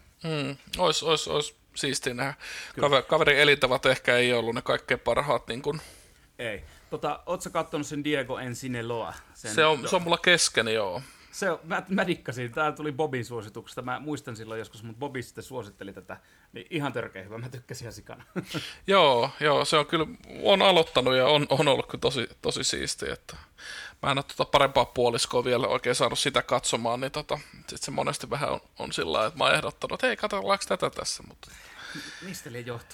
Ois siistiä nähdä. Kaverin elintavat ehkä ei ollut ne kaikkein parhaat. Niin kun. Ei. Ootko sä kattonut sen Diego Encineloa? Se on mulla kesken, joo. Mä dikkasin. Tää tuli Bobin suosituksesta. Mä muistan silloin joskus, mutta Bobi sitten suositteli tätä. Niin ihan törkeä hyvä. Mä tykkäsin ihan sikana. Joo, se on kyllä, on aloittanut ja on ollut kyllä tosi siistiä. Että mä en ole parempaa puoliskoa vielä oikein saanut sitä katsomaan, niin sit se monesti vähän on sillä lailla, että mä oon ehdottanut, että hei, katsotaanko tätä tässä. Mutta mistä liian johtuu?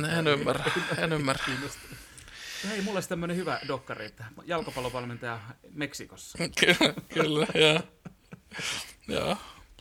En ymmärrä. Hei, mulla olisi tämmöinen hyvä dokkari, että jalkapallovalmentaja Meksikossa. Kyllä, joo.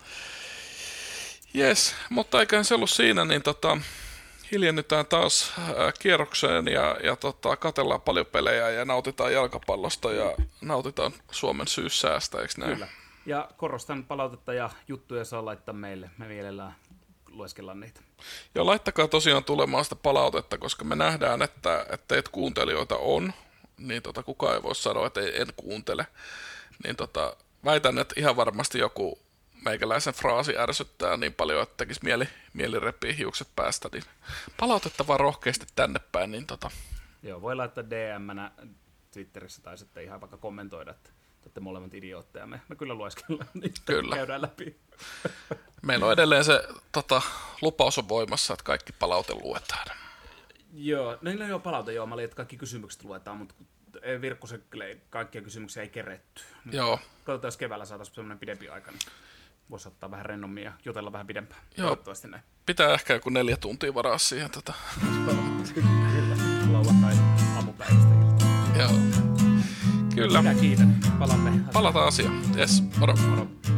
Jes, mutta eiköhän se ollut siinä, niin hiljennytään taas kierrokseen ja katsellaan paljon pelejä ja nautitaan jalkapallosta ja nautitaan Suomen syyssäästä, eikö näin? Kyllä, ja korostan palautetta ja juttuja saa laittaa meille, me mielellään lueskellaan niitä. Joo, laittakaa tosiaan tulemaan sitä palautetta, koska me nähdään, että teitä kuuntelijoita on, niin kukaan ei voi sanoa, että en kuuntele. Niin väitän, että ihan varmasti joku meikäläisen fraasi ärsyttää niin paljon, että tekisi mieli repiä hiukset päästä, niin palautetta vaan rohkeasti tänne päin. Niin Joo, voi laittaa DM-nä Twitterissä tai sitten ihan vaikka kommentoida, että olette molemmat idiootteja. Me kyllä lueskellaan niitä, Kyllä. käydään läpi. Meillä on edelleen se lupaus on voimassa, että kaikki palaute luetaan. Joo, no joo, palaute joo. Mä olin, että kaikki kysymykset luetaan, mutta Virkkusen kaikkia kysymyksiä ei keretty. Joo. Katsotaan, jos keväällä saataisiin semmoinen pidempi aika, niin voisi ottaa vähän rennommin ja jutella vähän pidempään. Joo. Toivottavasti näin. Pitää ehkä joku 4 tuntia varaa siihen. Kyllä, lauantai aamupäivästä iltaan. Joo. Kyllä. Minä kiitän. Palaamme. Palataan asiaan. Yes, moro. Moro.